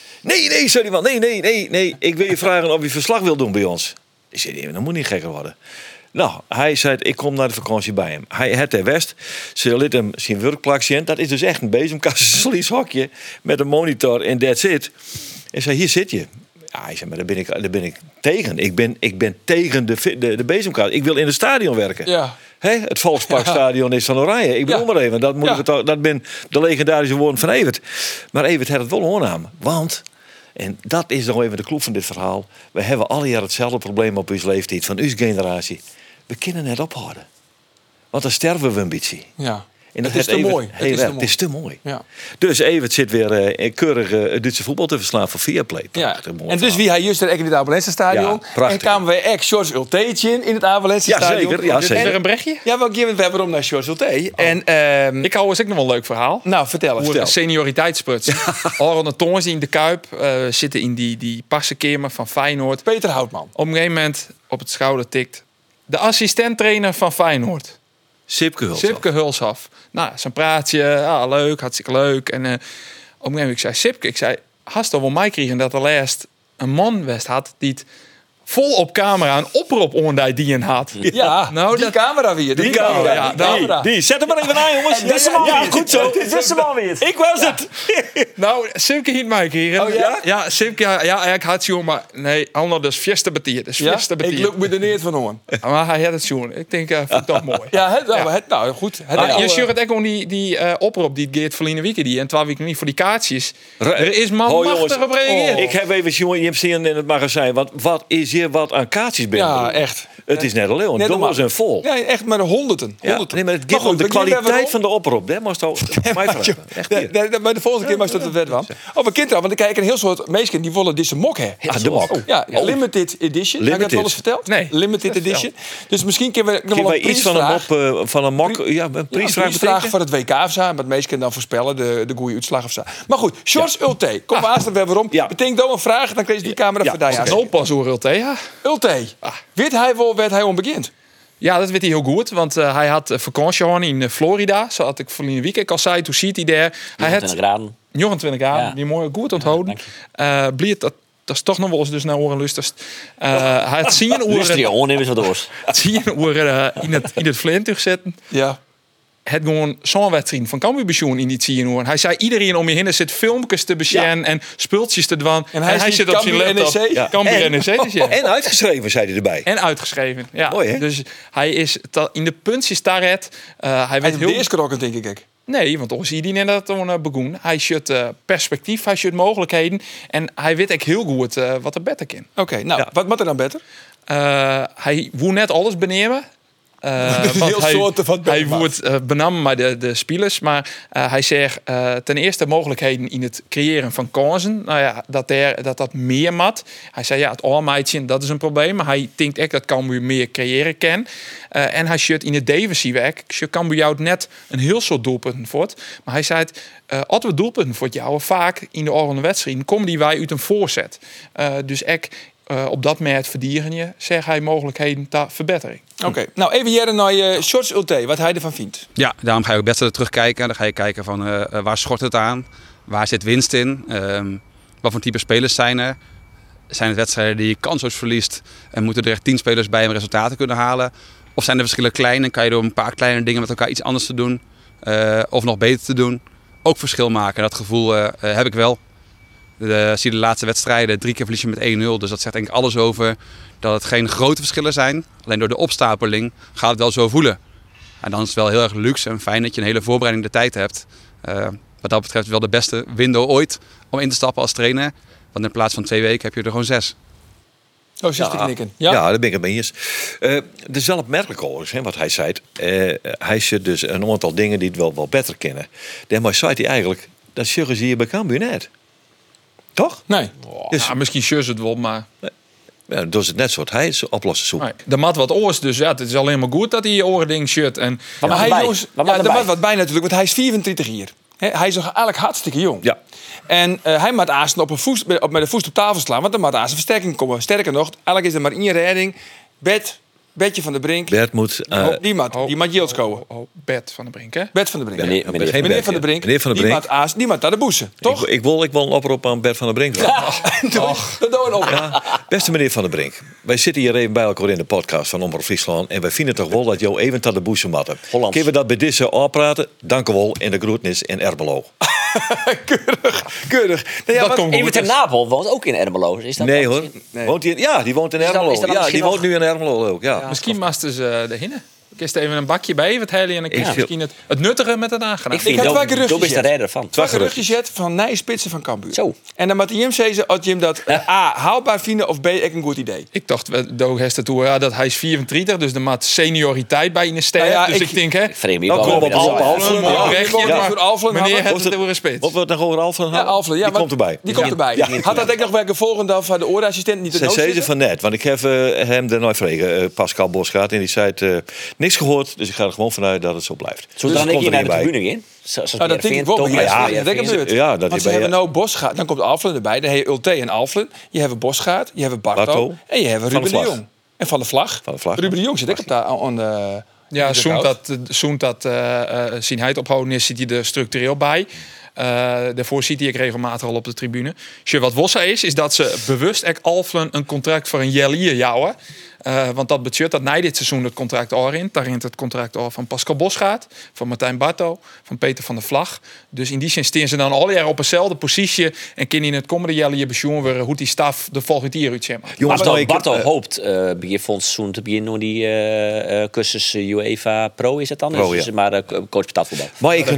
Nee, zei die man. Nee. Ik wil je vragen of je verslag wil doen bij ons. Ik zei, dat moet niet gekker worden. Nou, hij zei, ik kom naar de vakantie bij hem. Hij had ter West. Ze liet hem zijn werkplak zien. Dat is dus echt een bezemkastenslieshokje met een monitor en that's it. En zei, hier zit je. Ja, hij zei, maar daar ben ik tegen. Ik ben tegen de bezemkast. Ik wil in het stadion werken. Ja. Het Volksparkstadion is van Oranje. Ik bedoel maar even. Dat ben de legendarische woorden van Evert. Maar Evert had het wel oornaam. Want, en dat is nog even de kloep van dit verhaal. We hebben alle jaar hetzelfde probleem op onze leeftijd. Van onze generatie. We kunnen net ophouden. Want dan sterven we een beetje. Ja. En dat is te mooi. Het is te mooi. Ja. Dus Evert zit weer keurig Duitse voetbal te verslaan voor Viaplay. Ja. En dus wie hij juist in het Avalense-stadion. Ja, en kwamen wij George Ulteetje in het Avalense-stadion. Ja, zeker. Is er een brechtje? Ja, we hebben om naar George Ulteetje. En ik hou eens ook nog wel een leuk verhaal. Nou, vertel eens. Senioriteitssputs. Oranje Toons in de Kuip zitten in die passenkamer van Feyenoord. Peter Houtman. Op een gegeven moment op het schouder tikt de assistent-trainer van Feyenoord. Sipke Hulshoff. Nou, zijn praatje, leuk, hartstikke leuk. En op een gegeven moment, ik zei, Sipke, hast toch wel mij kregen dat er laatst een man west had die het vol op camera een oproep onder die een had. Ja, nou, die camera weer. Die camera. Die. Zet hem maar even aan, jongens. Dit is hem alweer. Goed zo. Dit is hem alweer. Ik was het. Nou, Sipke hield mij kregen. Oh ja? Ja, Sipke, ik had het maar nee, ander dus fieste betier. Ik loop me er neer van hoor. Maar hij had het zo'n. Ik denk, vind ik toch mooi. Nou, goed. Je zucht ook om die oproep die Geert verleden week die en 2 weken niet voor die kaartjes. Er is man machtig op reageerd. Ik heb even jongen, je hebt zien in het magazijn. Want wat is hier wat aan kaartjes binnen? Ja, echt. Het is net alleen. Dommels en vol. Ja, echt maar honderden. Nee, maar het gaat om de kwaliteit van de oproep. Dat moest al mij vragen. Maar de volgende keer moest dat het werd wel. Over kinderen, want ik kijk een heel soort mensen die willen deze mok hebben. De mok. Ja, limited edition. Heb ik dat wel eens verteld? Nee. Limited edition. Dus misschien kunnen we nog wel een iets van een mok. Ja, een prijsvraag voor het WK of zo. Wat mensen kunnen dan voorspellen de goede uitslag of zo. Maar goed, George Ulte. Kom maar er weer waarom. Betekent dan een vraag, dan kreeg je die camera voor daar. Zo pas hoor Ulte, ja. Ulte. Weet hij wel, werd hij onbekend? Ja, dat weet hij heel goed, want hij had vakantie in Florida. Zo had ik verleden week al zei, toen ziet hij daar. 29 graden. 29 graden, die mooi goed onthouden. Bliert dat is toch nog wel eens dus naar oren lustigst. Hij had 10 uur in het vliegtuig zitten. Ja. Het gewoon zo'n wedstrijd van Cambuur in die 10 uur. Hij zei iedereen om je heen zit filmpjes te beschermen en spultjes te doen. En hij zit op zijn laptop. Cambuur NEC. En uitgeschreven, zei hij erbij. En uitgeschreven, ja. Mooi, hè? Dus hij is in de puntjes daar hij weet heel eerst denk ik. Nee, want zie je net dat toen begon. Hij shut perspectief, hij shut mogelijkheden. En hij weet ook heel goed wat er beter kan. Oké, nou, wat moet er dan beter? Hij woe net alles benemen. Hij wordt benammen bij de spelers, maar hij zegt ten eerste mogelijkheden in het creëren van kansen. Nou ja, dat meer mat. Hij zei het allmeidje, dat is een probleem, maar hij denkt echt dat Cambuur meer creëren kan. En hij zit in het defensieve werk. Cambuur jou net een heel soort doelpunten voor. Maar hij zei als we doelpunten voor jou vaak in de oranje wedstrijden komen die wij uit een voorzet. Dus op dat moment verdieren je, zeg hij mogelijkheden ter verbetering. Oké, nou even hier naar George Ulte, wat hij ervan vindt. Ja, daarom ga je ook best terugkijken. Dan ga je kijken van waar schort het aan? Waar zit winst in? Wat voor type spelers zijn er? Zijn het wedstrijden die je kansloos verliest en moeten er echt 10 spelers bij om resultaten kunnen halen? Of zijn de verschillen klein en kan je door een paar kleine dingen met elkaar iets anders te doen of nog beter te doen? ook verschil maken. Dat gevoel heb ik wel. Zie de laatste wedstrijden 3 keer verliezen met 1-0. Dus dat zegt denk ik alles over dat het geen grote verschillen zijn. Alleen door de opstapeling gaat het wel zo voelen. En dan is het wel heel erg luxe en fijn dat je een hele voorbereiding de tijd hebt. Wat dat betreft wel de beste window ooit om in te stappen als trainer. Want in plaats van 2 weken heb je er gewoon 6. Oh, zit te knikken. Ja, daar ben ik het mee eens. Het is wel opmerkelijk overigens, wat hij zei. Hij zit dus een aantal dingen die het wel beter kennen. Daarmee zei hij eigenlijk, dat zeggen ze hier bij Cambuur net. Toch? Nee. Dus, misschien shirts het wel, maar... Ja, dat is het net soort hij oplossen zoeken. Nee, de mat wat oors, dus ja, het is alleen maar goed dat hij je oren ding shirt. En maar hij er mat wat bij natuurlijk, want hij is 24 hier. Hij is nog eigenlijk hartstikke jong. Ja. En hij moet Aasten met de voet op tafel slaan, want dan moet Aasten versterking komen. Sterker nog, eigenlijk is er maar 1 redding. Betje van der Brink. Bert moet... die moet Yields komen. Bert van der Brink, hè? Bert van der Brink. Meneer van der Brink. Die moet naar de boesen, toch? Ik wil een oproep aan Bert van der Brink. Dat doen we op. Ja, beste meneer Van der Brink. Wij zitten hier even bij elkaar in de podcast van Omroep Friesland. En wij vinden toch wel dat jou even naar de boesen moet. Kunnen we dat bij deze afpraten? Dank u wel in de groetnis in Ermelo. Keurig. Nou ja, even ten Napel woont ook in Ermelo. Is dat nee hoor. Nee. Woont die woont in Ermelo. Ja, die woont nu in Ermelo ook. Ja. Misschien masten ze de hinnen. Kist even een bakje bij, wat heilig en dan krijg je misschien het nuttige met het aangenaam. Ik heb 2 geruchtjes van. 2 geruchtjes van Nijspitsen van Cambuur. Zo. En dan moet Jim zeggen of Jim dat A, haalbaar vinden of B, echt een goed idee. Ik dacht dat hij is 24, dus er moet senioriteit bij in de ster. Ja, dus ik denk, hè. Meneer het het over spits. Wat we het nog over Alphen Ja, Alphen. Die komt erbij. Die komt erbij. Had dat ik nog wel de volgende dag van de oordeassistent niet te doen? Ze van net, want ik heb hem er nooit vregen, Pascal Bosgaard, en die zei niks gehoord, dus ik ga er gewoon vanuit dat het zo blijft. Zo dan ik hier naar de tribune in. Dat denk ik wel. Dat gebeurt. Ja, want ze hebben nou Bosgaard, dan komt Alphen erbij, dan heb je Ulte en Alphen, je hebt Bosgaard, je hebt Barto en je hebt Ruben de Jong. En van de vlag. Ruben de Jong zit ik op daar aan de... Ja, zo'n dat zien hij het ophouden is, zit hij er structureel bij. Daarvoor ziet hij ik regelmatig al op de tribune. Wat Wossa is dat ze bewust Alphen een contract voor een jaar jouwen. Want dat betekent dat na dit seizoen het contract al in. Daar rint het contract al van Pascal Bosgaard, van Martijn Barto, van Peter van der Vlag. Dus in die zin staan ze dan al jaar op dezelfde positie en kunnen in het komende jaar je pensioen weer hoe die staf de volgende jaar uitzien. Jongens, Barto hoopt begin volgend seizoen te beginnen door die cursus UEFA Pro is het dan? Pro, dus maar coach betaalvoetbal.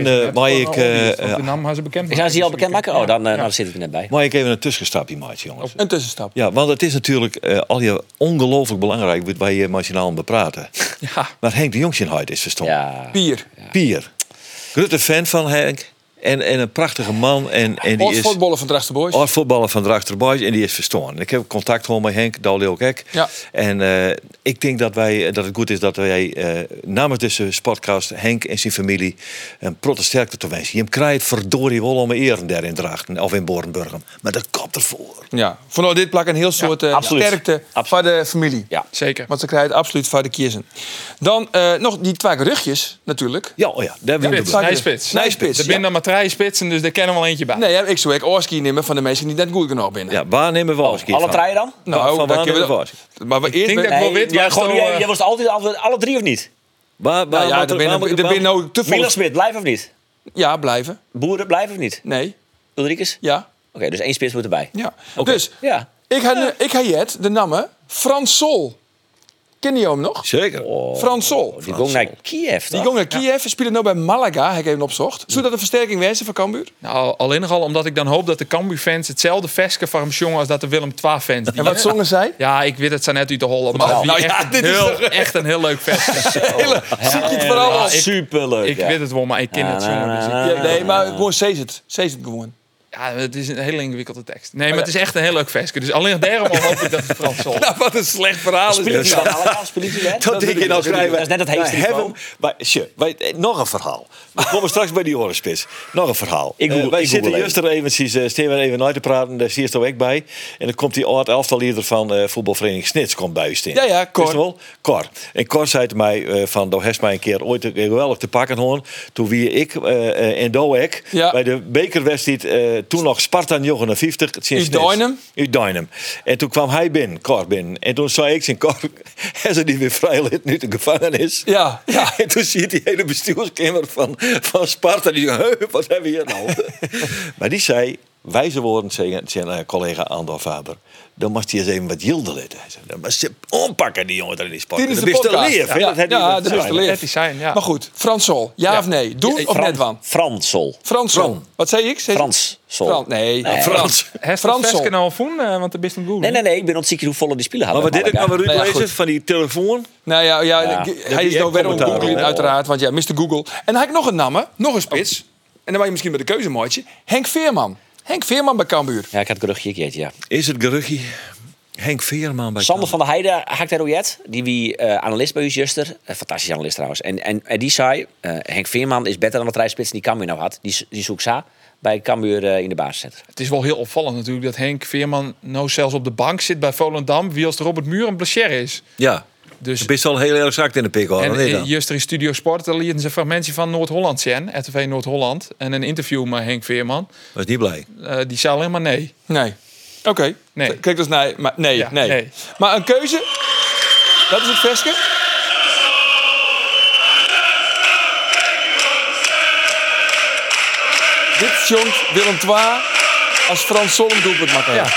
De naam hebben ze bekend. Gaan ze die al bekend maken? Oh, dan zit ik er net bij. Maar ik even een tussenstapje maatje, jongens. Een tussenstap. Ja, want het is natuurlijk al je ongelooflijk belangrijk wat wij nationaal bepraten. Ja. Maar Henk de Jongsinheid is verstaan. Ja. Pier. Grote fan van Henk. En een prachtige man. En die is voetballer van Drachter Boys. Voetballer van Drachter Boys. En die is verstaan. Ik heb contact gewoon met Henk, Douwe Gek. Ja. En ik denk dat het goed is dat wij namens deze podcast Henk en zijn familie een proteststerkte te wensen. Je krijgt verdorie wel om eren daar in Drachten of in Borenburgum. Maar dat komt ervoor. Ja, vanuit dit plak een heel soort sterkte van de familie. Ja, zeker. Want ze krijgen het absoluut van de kiezen. Dan nog die 2 geruchtjes natuurlijk. Ja, daar wil ik Nijspits. Er zijn dan maar 3 spitsen, dus daar kennen we wel eentje bij. Nee, ik zou ook Orski nemen van de mensen die net goed genoeg binnen. Ja, waar nemen we Orski alle 3 dan? Nou, van waar nemen we Orski? Maar we ik denk dat ik wel weet. Jij was altijd alle 3 of niet? Er ben nou te veel. Milan Smit, blijven of niet? Ja, blijven. Boeren, blijven of niet? Nee. Ulrikes? Ja. Oké, dus 1 spits moet erbij. Ja. Okay. Dus, ik ga jet de naam Frans Sol. Ken je hem nog? Zeker. Frans Sol. Die ging naar Kiev. Die ging naar Kiev. Speelde nu bij Malaga. Heb ik even opzocht. Zou dat een versterking wezen van Cambuur? Nou, alleen nogal omdat ik dan hoop dat de Cambuur-fans hetzelfde veske van hem jongen als dat de Willem II-fans. En wat zongen zij? Ja, ik weet het zijn net uit de hollen. Maar echt een heel leuk veske. Zie je het vooral? Superleuk. Ik weet het wel, maar ik ken het jongen. Nee, maar gewoon Zees het gewoon. Ja, het is een hele ingewikkelde tekst. Nee, maar het is echt een heel leuk veske. Dus alleen daarom hoop ik dat het Frans zal. Nou, wat een slecht verhaal is dit. Dat denk je nou schrijven. Dat is net het heetste nog een verhaal. We komen straks bij die orenspits. Nog een verhaal. Wij zitten juist er even, staan we even uit te praten. Daar zie je er ook bij. En dan komt die oud-elftalleider van voetbalvereniging Snits komt bij u staan. Ja, Cor. En Cor zei te mij van, daar heeft mij een keer ooit geweldig te pakken hoor. Toen wie ik en Doek bij de bekerwedstrijd toen nog Sparta 59. Uit Duinem? Uit Duinem. En toen kwam hij kort binnen. En toen zei ik zijn kort, hij ze die weer vrijlid nu de gevangenis. Ja. En toen zie je die hele bestuurskamer van Sparta. Die zei, wat hebben we hier nou? Maar die zei, wijze woorden, zijn collega Andor Faber. Dan moest hij eens even wat jilden letten. Dan moest je ompakken, die jongen in die sport. Dit is dat de is te podcast. leef. Ja, dat is te leef. Zijn, ja. Maar goed, Frans Sol. Ja of nee? Doen of net van? Frans Sol. Frans Sol. Wat zei ik? Frans Sol. Nee, Frans. Frans Sol. Nou voen, want er best een goed. Nee, ik ben onzeker hoe volle die spelen hadden. Maar wat dit ik nou weer ja, uitlezen van die telefoon? Nou ja. Hij is nou weer een Google uiteraard. Want ja, Mr. Google. En dan had ik nog een naam, nog een spits. En dan was je misschien bij de keuzemaatje. Henk Veerman. Henk Veerman bij Cambuur. Ja, ik had het geruchtje gekeken, ja. Is het geruchtje Henk Veerman bij Sander van der Heijden hakt er ook jet. Die wie analist bij u, zuster. Fantastische analist trouwens. En die zei, Henk Veerman is beter dan wat rijspits die Cambuur nou had. Die zoekt Sa bij Cambuur in de basis zetten. Het is wel heel opvallend natuurlijk dat Henk Veerman nou zelfs op de bank zit bij Volendam. Wie als er Robert Muur een blessure is. Ja. Dus best wel heel erg zacht in de pik hoor. en juist er in Studio Sport lieten ze een fragmentje van Noord-Holland zien, RTV Noord-Holland, en een interview met Henk Veerman. Was niet blij. Die zei alleen maar nee. Nee. Oké. Nee. Kijk dus nee. Maar nee, Ja, nee. nee. Maar een keuze. Dat is het versje. Dit jongt Willem II als Frans Sol een doelpunt maken. Ja.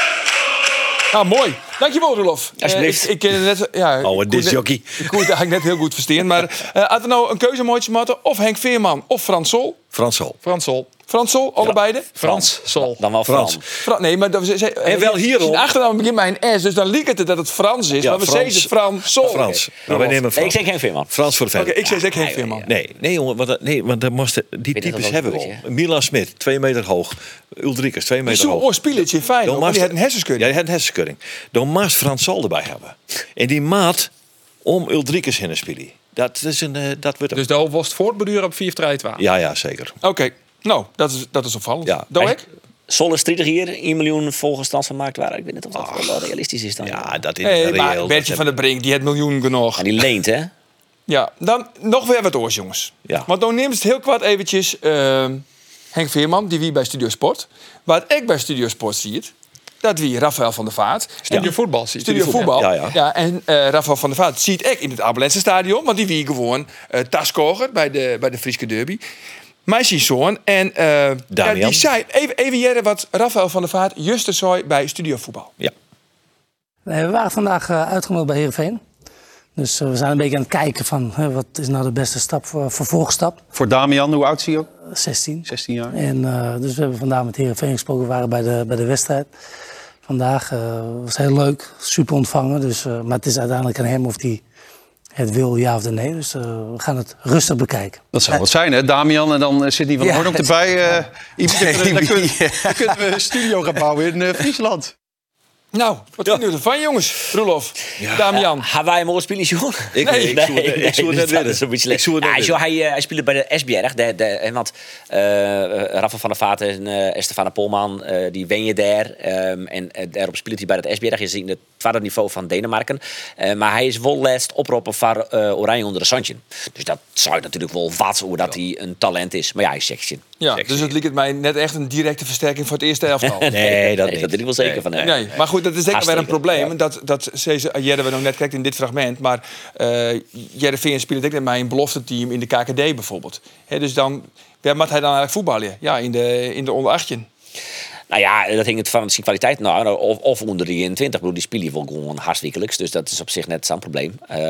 Ah, mooi. Dankjewel, Roelof. Alsjeblieft. Ik ken net... Ja, een discjockey. Ik kon het eigenlijk net heel goed verstaan. Maar had er nou een keuzemootje moeten? Of Henk Veerman of Frans Sol? Frans Sol. Frans Sol. Frans Sol, allebei de? Frans Sol. Dan wel Frans. Frans. Nee, maar En wel hierom. zijn achternaam begint bij een S, dus dan liep het dat het Frans is. Ja, maar we Frans. zeggen Frans Sol. Frans. Nou, wij nemen Nee, Frans. ik zeg Henk Veerman. Frans voor de Oké, verder. ik zeg zeker Henk Veerman. Nee, jongen, want dan moesten die Weet je types dat hebben wel we een al. Milan Smit, 2 meter hoog. Ulrikes, 2 meter Zo'n hoog. oorspielertje fijn, Dan maar die moest- had een hersenschudding. Ja, die had een hersenschudding. Dan moest Frans Sol erbij hebben. En die maat om Ulrikes in een spelen. Dat wordt hem. Dus de hoofd voortbeduren op 4-3-12. Ja, zeker. Oké, nou, dat is opvallend. Ja. Doe ik? Sol is 30 hier, 1 miljoen volgens stand van marktwaarde. Ik weet niet of dat wel realistisch is dan. Ja, dat is Nee, maar reëel. Bertje van der Brink, die had miljoen genoeg. En die leent, hè? Ja, dan nog weer wat oors, jongens. Ja. Want dan neemt het heel kwart eventjes Henk Veerman, die wie bij Studio Sport. Wat ik bij Studio Sport zie, dat wie Rafael van der Vaart. Studio voetbal zie je. Studio voetbal. Ja. En Rafael van der Vaart ziet ik in het Abelense stadion. Want die wie gewoon taskoger bij de Frieske derby. Mijn zoon. En Damian. die zei, even jaren wat Rafael van der Vaart juist zei bij Studio Voetbal. Ja. Nee, we waren vandaag uitgenodigd bij Heerenveen. Dus we zijn een beetje aan het kijken van wat is nou de beste stap voor vervolgstap. Voor Damian, hoe oud is hij ook? 16. 16 jaar. En dus we hebben vandaag met Heerenveen gesproken. We waren bij de wedstrijd. Vandaag was heel leuk, super ontvangen. Dus, maar het is uiteindelijk aan hem of hij het wil, ja of nee. Dus we gaan het rustig bekijken. Dat zou wat zijn, hè? Damian en dan zit hij van Hoorn ook erbij. Dan kunnen we een studio gaan bouwen in Friesland. Nou, wat vinden jullie ervan, jongens? Roelof, Damian. Hawaii mooi spelen, John? Ik zou het net dat is een beetje Ik zou het net slecht. Hij speelde bij de SBR. Want Rafa van der Vaart en Stefana Polman, die wen je daar. En daarop speelt hij bij het SBR. Je ziet het tweede niveau van Denemarken. Maar hij is wel laatst oproepen voor Oranje onder de Sandje. Dus dat zou natuurlijk wel wat hoe dat hij een talent is. Maar ja, hij is 16. Ja, dus het lijkt mij net echt een directe versterking voor het eerste elftal. Nee, dat weet ik wel zeker van hem. Nee, maar goed, dat is denk ik weer een Hartstikke, probleem. Dat Jerry we nog net kijkt in dit fragment. Maar Jerry speelt ook net bij een belofte team in de KKD bijvoorbeeld. Dus dan, waar moet hij dan eigenlijk voetballen? Ja, in de onder 18. Nou ja, dat hing het van zijn kwaliteit nou, of onder 23. Ik bedoel, die spelen wel gewoon hartstikke. Dus dat is op zich net zo'n probleem.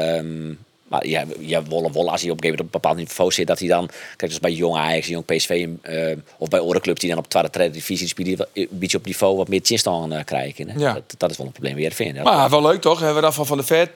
Maar ja, wel als hij op een bepaald niveau zit, dat hij dan, kijk, dus bij Jong Ajax, Jong PSV of bij Orenclub die dan op de tweede divisie spelen, een beetje op niveau wat meer chistan krijgen. Hè? Ja. Dat is wel een probleem weer vinden. Maar wel leuk toch? We hebben Rafael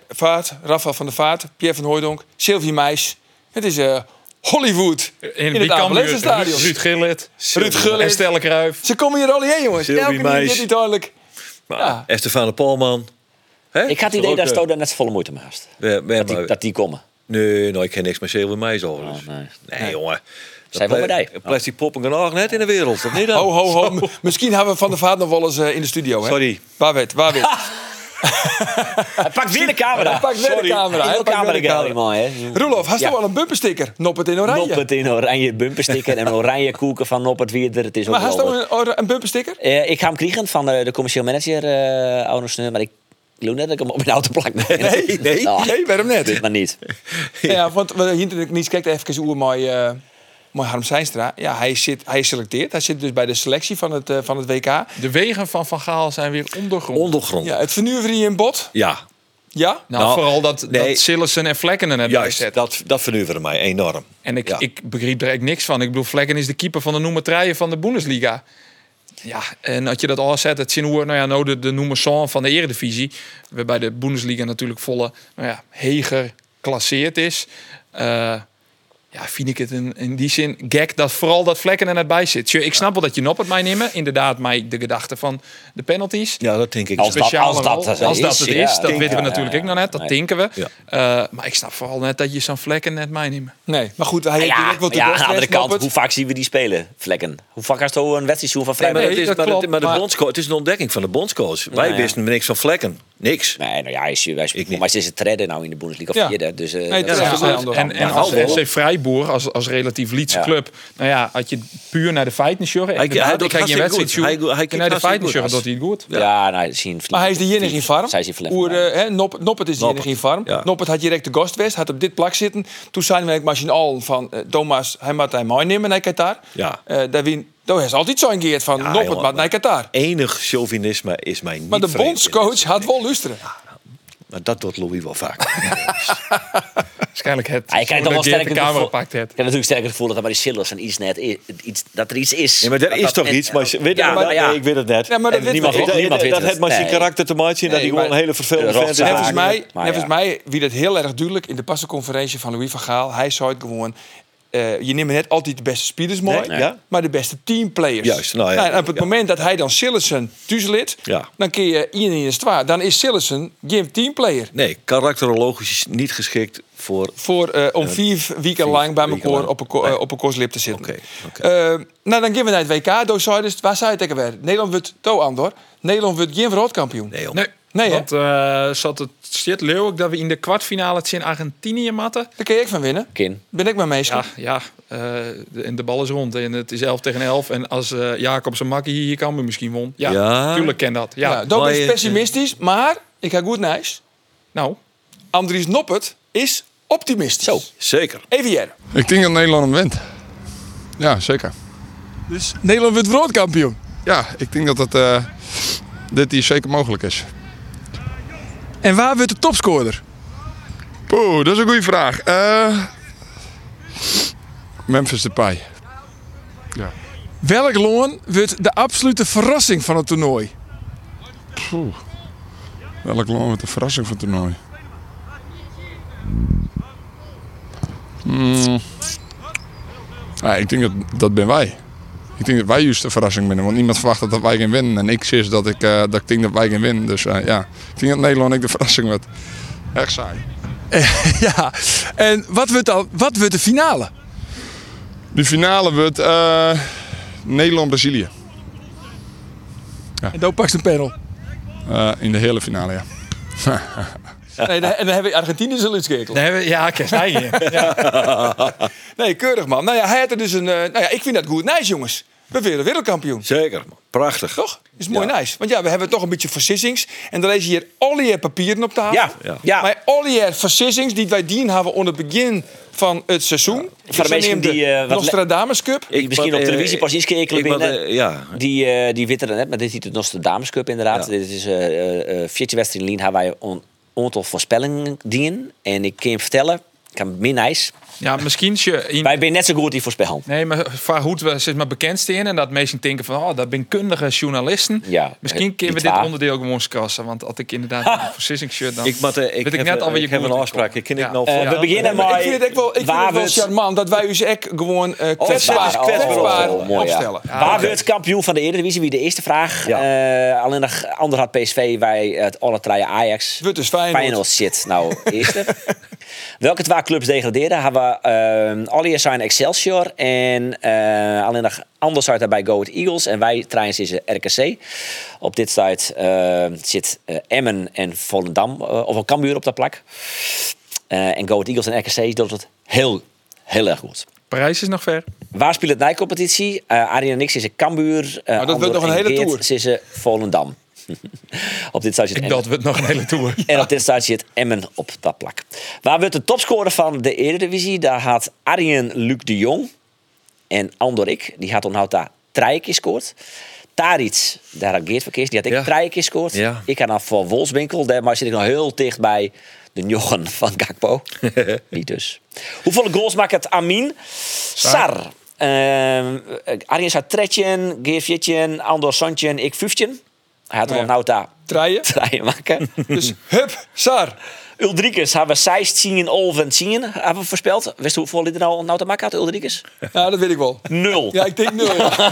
van der Vaart, Pierre van Hooijdonk, Sylvie Meijs. Het is Hollywood in het Abelense stadion. Ruud Gullit. En Stelle Cruijff. Ze komen hier al heen, jongens. Sylvie Elke Meijs. keer niet duidelijk. Maar Stefan Polman. Ik had het idee dat Sto daar net zo volle moeite mee had. Dat die komen. Nee, ik ken niks met Sylvie Meijs over. Dus. Nee, jongen. Zij wel bij Plastic poppen genoeg net in de wereld, of niet dan? Ho. Misschien hebben we Van der Vaart nog wel eens in de studio. Hè? Sorry. Waar weet. Hij pakt weer de camera. Hij pakt weer de camera. Hij pakt weer de camera, man, hè. Roelof, had je wel een bumpersticker? Noppert in oranje. Noppert in oranje bumpersticker en een oranje koeken van Noppert Wierder. Het is ook maar had je een bumpersticker? Ik ga hem krijgen van de commercieel manager, Arno Sneur, maar ik geloof net dat ik hem op mijn auto plak. Nee, waarom net? Dit maar niet. Ja, want we hier niet kijken even hoe mooi Harm Zijnstra. Ja, hij is selecteerd. Hij zit dus bij de selectie van het WK. De wegen van Van Gaal zijn weer ondergrond. Ja, het vernuiveren in bot. Ja. Ja? Nou, vooral dat Sillissen en Vlekken er net bij zetten. Dat vernuiveren mij enorm. En ik begreep er echt niks van. Ik bedoel, Vlekken is de keeper van de nummer 3 van de Bundesliga. Ja, en als je dat al zet, het zien hoe de nummer 1 van de Eredivisie, waarbij de Bundesliga natuurlijk volle heger klasseerd is. Ja, vind ik het in die zin gek dat vooral dat Vlekken er net bij zit. Ik snap wel dat je Noppert mij nemen. Inderdaad, mij de gedachte van de penalties. Ja, dat denk ik. Als dat het is, dat weten we natuurlijk ook nog net. Dat denken we. Ja. Maar ik snap vooral net dat je zo'n Vlekken net mij neemt. Nee, maar goed, hij heeft direct wat aan de andere kant, hoe vaak zien we die spelen, Vlekken? Hoe vaak hast je een wedstrijd van Vlekken? Maar de bondscoach, het is een ontdekking van de bondscoach. Wij wisten niks van Vlekken. Niks. Nee, nou ja, maar is het redden nou in de Bundesliga of vierde. Dus, en als FC Freiburg als relatief Lietse club, nou ja, had je puur naar de feiten sjurren. Hij doet je wedstrijd naar de feiten sjurren, dat hij het goed. Ja, nou, zien. Maar hij is de enige in farm. Noppert is de enige in farm. Noppert had direct de Gostwest, had op dit plak zitten. Toen zijn we machine al van Thomas, hij moet hij mooi nemen naar Qatar. Ja. Daar is altijd zo'n geert van Noppert maar naar Qatar. Enig chauvinisme is mij niet. Maar de bondscoach had wel luisteren. Maar dat doet Louis wel vaak. Waarschijnlijk hij krijgt dan wel sterker de camera pakt het. Ik heb natuurlijk sterker het gevoel dat er bij die Sillos van dat er iets is. Ja, maar er is toch iets. Maar ik weet het net. Ja, maar dat niemand weet dat heeft maar zijn karakter te maken. Dat hij gewoon een hele vervelende vent is. Volgens mij wie dat heel erg duidelijk in de passenconferentie van Louis van Gaal. Hij zei het gewoon. Je neemt net altijd de beste spelers mooi, maar de beste teamplayers. Juist. Op het moment dat hij dan Sillissen tussen dan kun je in de zwaar. Dan is Sillissen geen teamplayer. Nee, karakterologisch niet geschikt om 4 weken lang bij elkaar op een korslip te zitten. Okay. Dan gaan we naar het WK. Dus waar zei het tegen weer? Nederland wordt Andor. Nederland wordt geen wereldkampioen. Nee, want zat het shit leeuwig dat we in de kwartfinale het in Argentinië matten. Daar kun je ik van winnen. Ben ik maar meestal. Ja, en de bal is rond en het is 11-11. En als Jacobs en Makkie hier kan we misschien won. Ja, tuurlijk ken dat. Ja, dat is pessimistisch, maar ik ga goed nice. Nou, Andries Noppert is optimistisch. Zo, zeker. Even jij. Ik denk dat Nederland hem wint. Ja, zeker. Dus Nederland wordt wereldkampioen? Ja, ik denk dat dit hier zeker mogelijk is. En waar wordt de topscorer? Poeh, dat is een goede vraag. Memphis Depay. Ja. Welk loon wordt de absolute verrassing van het toernooi? Poeh. Welk loon wordt de verrassing van het toernooi? Ik denk dat ben wij. Ik denk dat wij juist de verrassing binnen, want niemand verwacht dat wij gaan winnen. En ik zie dat ik denk dat wij gaan winnen. Dus ik denk dat Nederland ook de verrassing wordt. Echt saai. Ja, en wat wordt de finale? De finale wordt Nederland-Brazilië. Ja. En dan pak je een panel? In de hele finale, ja. Nee, en dan hebben we Argentinië zullen uitschakelen. Ja, nee, keurig man. Nou ja, hij had er dus ik vind dat goed nice, jongens. We willen wereldkampioen. Zeker, man. Prachtig. Toch? Is mooi nice. Want we hebben toch een beetje versissings. En dan lees je hier al je papieren op tafel. Ja. Maar al je versissings die wij dien hebben onder het begin van het seizoen. Voor de mensen die Nostradamus Cup. Misschien op televisie pas iets gekeken binnen. Die weten er net, maar dit is de Nostradamus Cup inderdaad. Ja. Dit is 14 wedstrijden in hebben wij een aantal voorspellingen dienen. En ik kan je vertellen, ik heb min ijs. Ja, misschien wij zijn net zo goed die voorspellen. Nee, maar waar goed we zit maar bekend staan en dat mensen denken van, dat ben kundige journalisten. Ja, misschien kunnen we dit onderdeel gewoon krassen, want als ik inderdaad een versissingsshirt dan. Ik heb een afspraak. Ik ken ik nou. We beginnen maar. Ik vind het wel charmant dat wij u echt gewoon kwetsbaar opstellen. Waar wordt kampioen van de Eredivisie? Wie de eerste vraag? Alleen nog ander had PSV, wij het alle drie Ajax. Wordt dus Feyenoord shit. Nou, eerste. Welke 2 clubs degraderen? Hebben we Allianz zijn Excelsior en alleen nog anders uit daarbij Go Ahead Eagles. En wij trainen ze RKC. Op dit site zit Emmen en Volendam, of een Cambuur op dat plak. En Go Ahead Eagles en RKC doet het heel erg goed. Parijs is nog ver. Waar speelt het Nijcompetitie? Arjen en ik is Cambuur. Dat wordt nog een hele tour. Is Volendam. Op dit site zit Dat wordt nog een hele tour. En op dit site zit Emmen op dat plak. Waar wordt de topscorer van de Eredivisie? Daar had Arjen Luc de Jong. En Andorik, die had onhoud daar 3 keer gescoord. Taric, daar had Geert Verkeers, die had ik 3 keer gescoord. Ja. Ik had dan voor Wolfswinkel, daar zit ik nog heel dicht bij de Jochen van Gakpo. Niet dus. Hoeveel goals maakt het Amin? Sar. Arjen had 3, Geert 4, Andor Sontjen, ik 15. Hij had er onhoud daar 3 maken. Dus hup, Sar. Ulrikes hebben 16, 11 en 10 hebben we voorspeld. Wist je hoeveel er nou te maken had, Ulrikes? Ja, dat weet ik wel. 0. Ja, ik denk 0.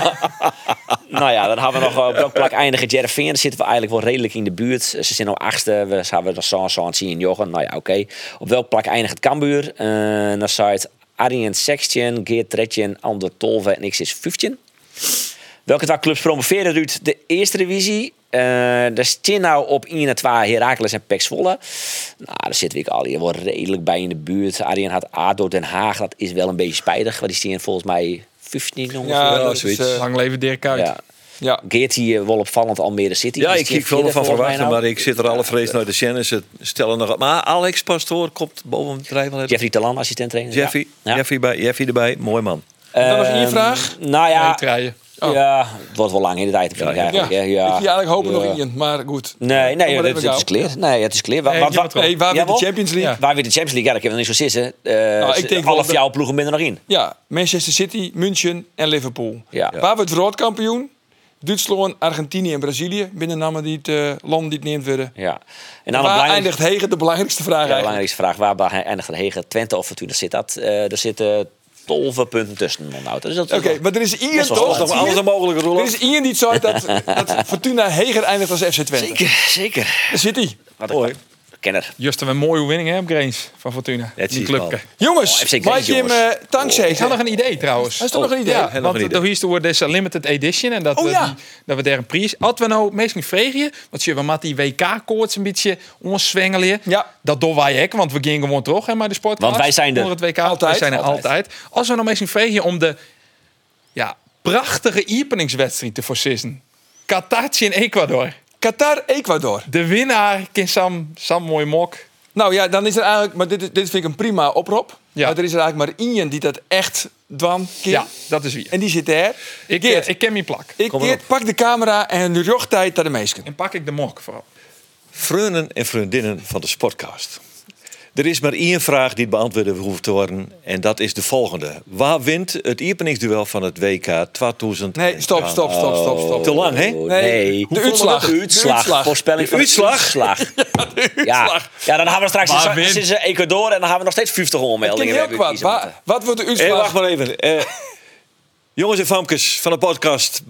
Nou ja, dan hebben we nog op welke plak eindigen Jereveen. Daar zitten we eigenlijk wel redelijk in de buurt. Ze zijn nou 8e. We hebben nog Sanson, 10 Jochen. Nou ja, oké. Op welke plak eindigt het Cambuur? Dan zou het Arjen 16, Geert 13, Ander 12 en ik is 15. Welke 2 clubs promoveren uit de eerste divisie? Daar staan nou op 1 en 2 Heracles en PEC Zwolle. Nou, daar zitten we al hier wel redelijk bij in de buurt. Arjen had ADO Den Haag. Dat is wel een beetje spijtig. Want die staan volgens mij 15 ongeveer. Ja, zoiets. Lang leven Dirk Kuyt. Ja. Geert hier wel opvallend Almere City. Ja, ik kijk veel van verwachten, maar ik zit er alle vrees naar de Shannon. Ze stellen nog. Maar Alex Pastoor komt boven het bedrijf. Jeffrey Talan, assistent trainer. Jeffrey erbij, mooi man. Dan nog 1 vraag. Nou ja. Oh. Ja, het wordt wel lang in de tijd. Vind ik eigenlijk. Ja. Ik zie eigenlijk hopen nog in, maar goed. Nee, het is clear. Nee, het is clear. Waar weer de Champions League? Waar weer de Champions League? Ja, dat kan wel niet zo zitten. Ik denk half jouw ploegen binnen nog in. Ja, Manchester City, München en Liverpool. Ja. Waar wordt wereldkampioen? Duitsland, Argentinië en Brazilië. Binnennamen die het landen die het neemt worden. Ja. En dan waar eindigt Hegen? De belangrijkste vraag eigenlijk. De belangrijkste vraag. Waar eindigt Hegen? Twente of Fortuna zit dat? Er zitten 12 punten tussen. Oké, maar er is Ian toch? Alles mogelijk, Roland. Er is Ian die zei dat Fortuna Heger eindigt als FC Twente. Zeker. Daar zit hij. Wat mooi. Kenner. Just een mooie winning hè, op Grains van Fortuna. Die clubje. Jongens, mag je hem dankzij? Ik had nog een idee trouwens. Is toch nog een idee? Ja, want er is door deze limited edition en dat we daar een prijs. Als we nou meestal vragen, want je we met die WK-koorts een beetje onzwengelen. Ja. Dat doen wij ook, want we gingen gewoon terug hè, maar de sportcast. Want wij zijn er het WK altijd. Wij zijn er altijd. Als we nou meestal vragen om de prachtige openingswedstrijd te voorzissen. Qatar in Ecuador. Qatar-Ecuador. De winnaar kan Sam mooi mok. Nou ja, dan is er eigenlijk... Maar dit vind ik een prima oproep. Ja. Maar er is er eigenlijk maar één die dat echt dwan kan. Ja, dat is wie. En die zit daar. Ik ken mijn plak. Geert, pak de camera en de rugtijd naar de meisken. En pak ik de mok vooral. Vrienden en vriendinnen van de Sportcast. Er is maar 1 vraag die beantwoord hoeft te worden. En dat is de volgende. Waar wint het openingsduel van het WK 2000? Nee, stop. Te lang, hè? Nee. De uitslag. Voorspelling van de uitslag. Ja, dan gaan we straks in Ecuador en dan gaan we nog steeds 50 onmeldingen. Wat wordt de uitslag? Wacht maar even. Jongens en famkes van de podcast.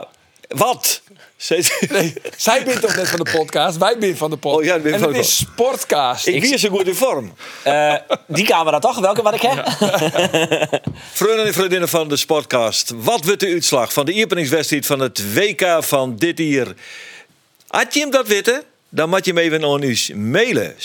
Wat? Nee, zij bent toch net van de podcast? Wij zijn van de podcast. Oh, ja, en het is Sportcast. Ik wie is zo goed in vorm. Die camera toch? Welke wat ik heb? Ja. Vrienden en vriendinnen van de Sportcast. Wat wordt de uitslag van de openingswedstrijd van het WK van dit jaar? Had je hem dat weten? Dan moet je hem even aan ons mailen.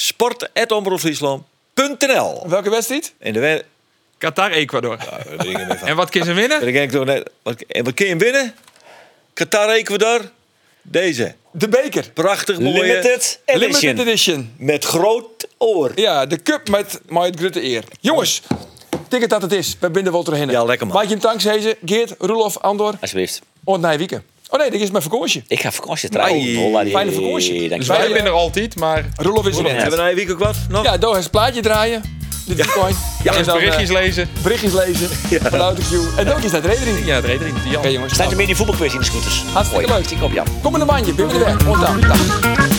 sport@omroepfriesland.nl. Welke wedstrijd? Qatar-Ecuador. En wat kun je winnen? En wat kun je winnen? Qatar-Ecuador. Deze. De beker. Prachtig mooie. Limited edition. Met groot oor. Ja, de cup met het grote eer. Jongens, ticket dat het is. We binden wel terug. Ja, lekker man. Maak je hem dankzij Geert, Roelof, Andor. Alsjeblieft. En Nijwieken. Oh nee, dit is mijn vakantie. Ik ga vakantie trouwen. Fijne vakantie. Dus wij zijn er altijd, maar... Roelof is er net. Hebben we Nijwieken ook wat? Nog? Ja, door het plaatje draaien. De Bitcoin. Ja, en dan berichtjes lezen. Berichtjes lezen. Van Autocue. En ook is dat redering. Ja, het redering. Oké jongens. Staat er meer die voetbalquiz in de scooters? Hartstikke leuk. Kom Jan. Kom in de mandje. Ben je er weg. Dag.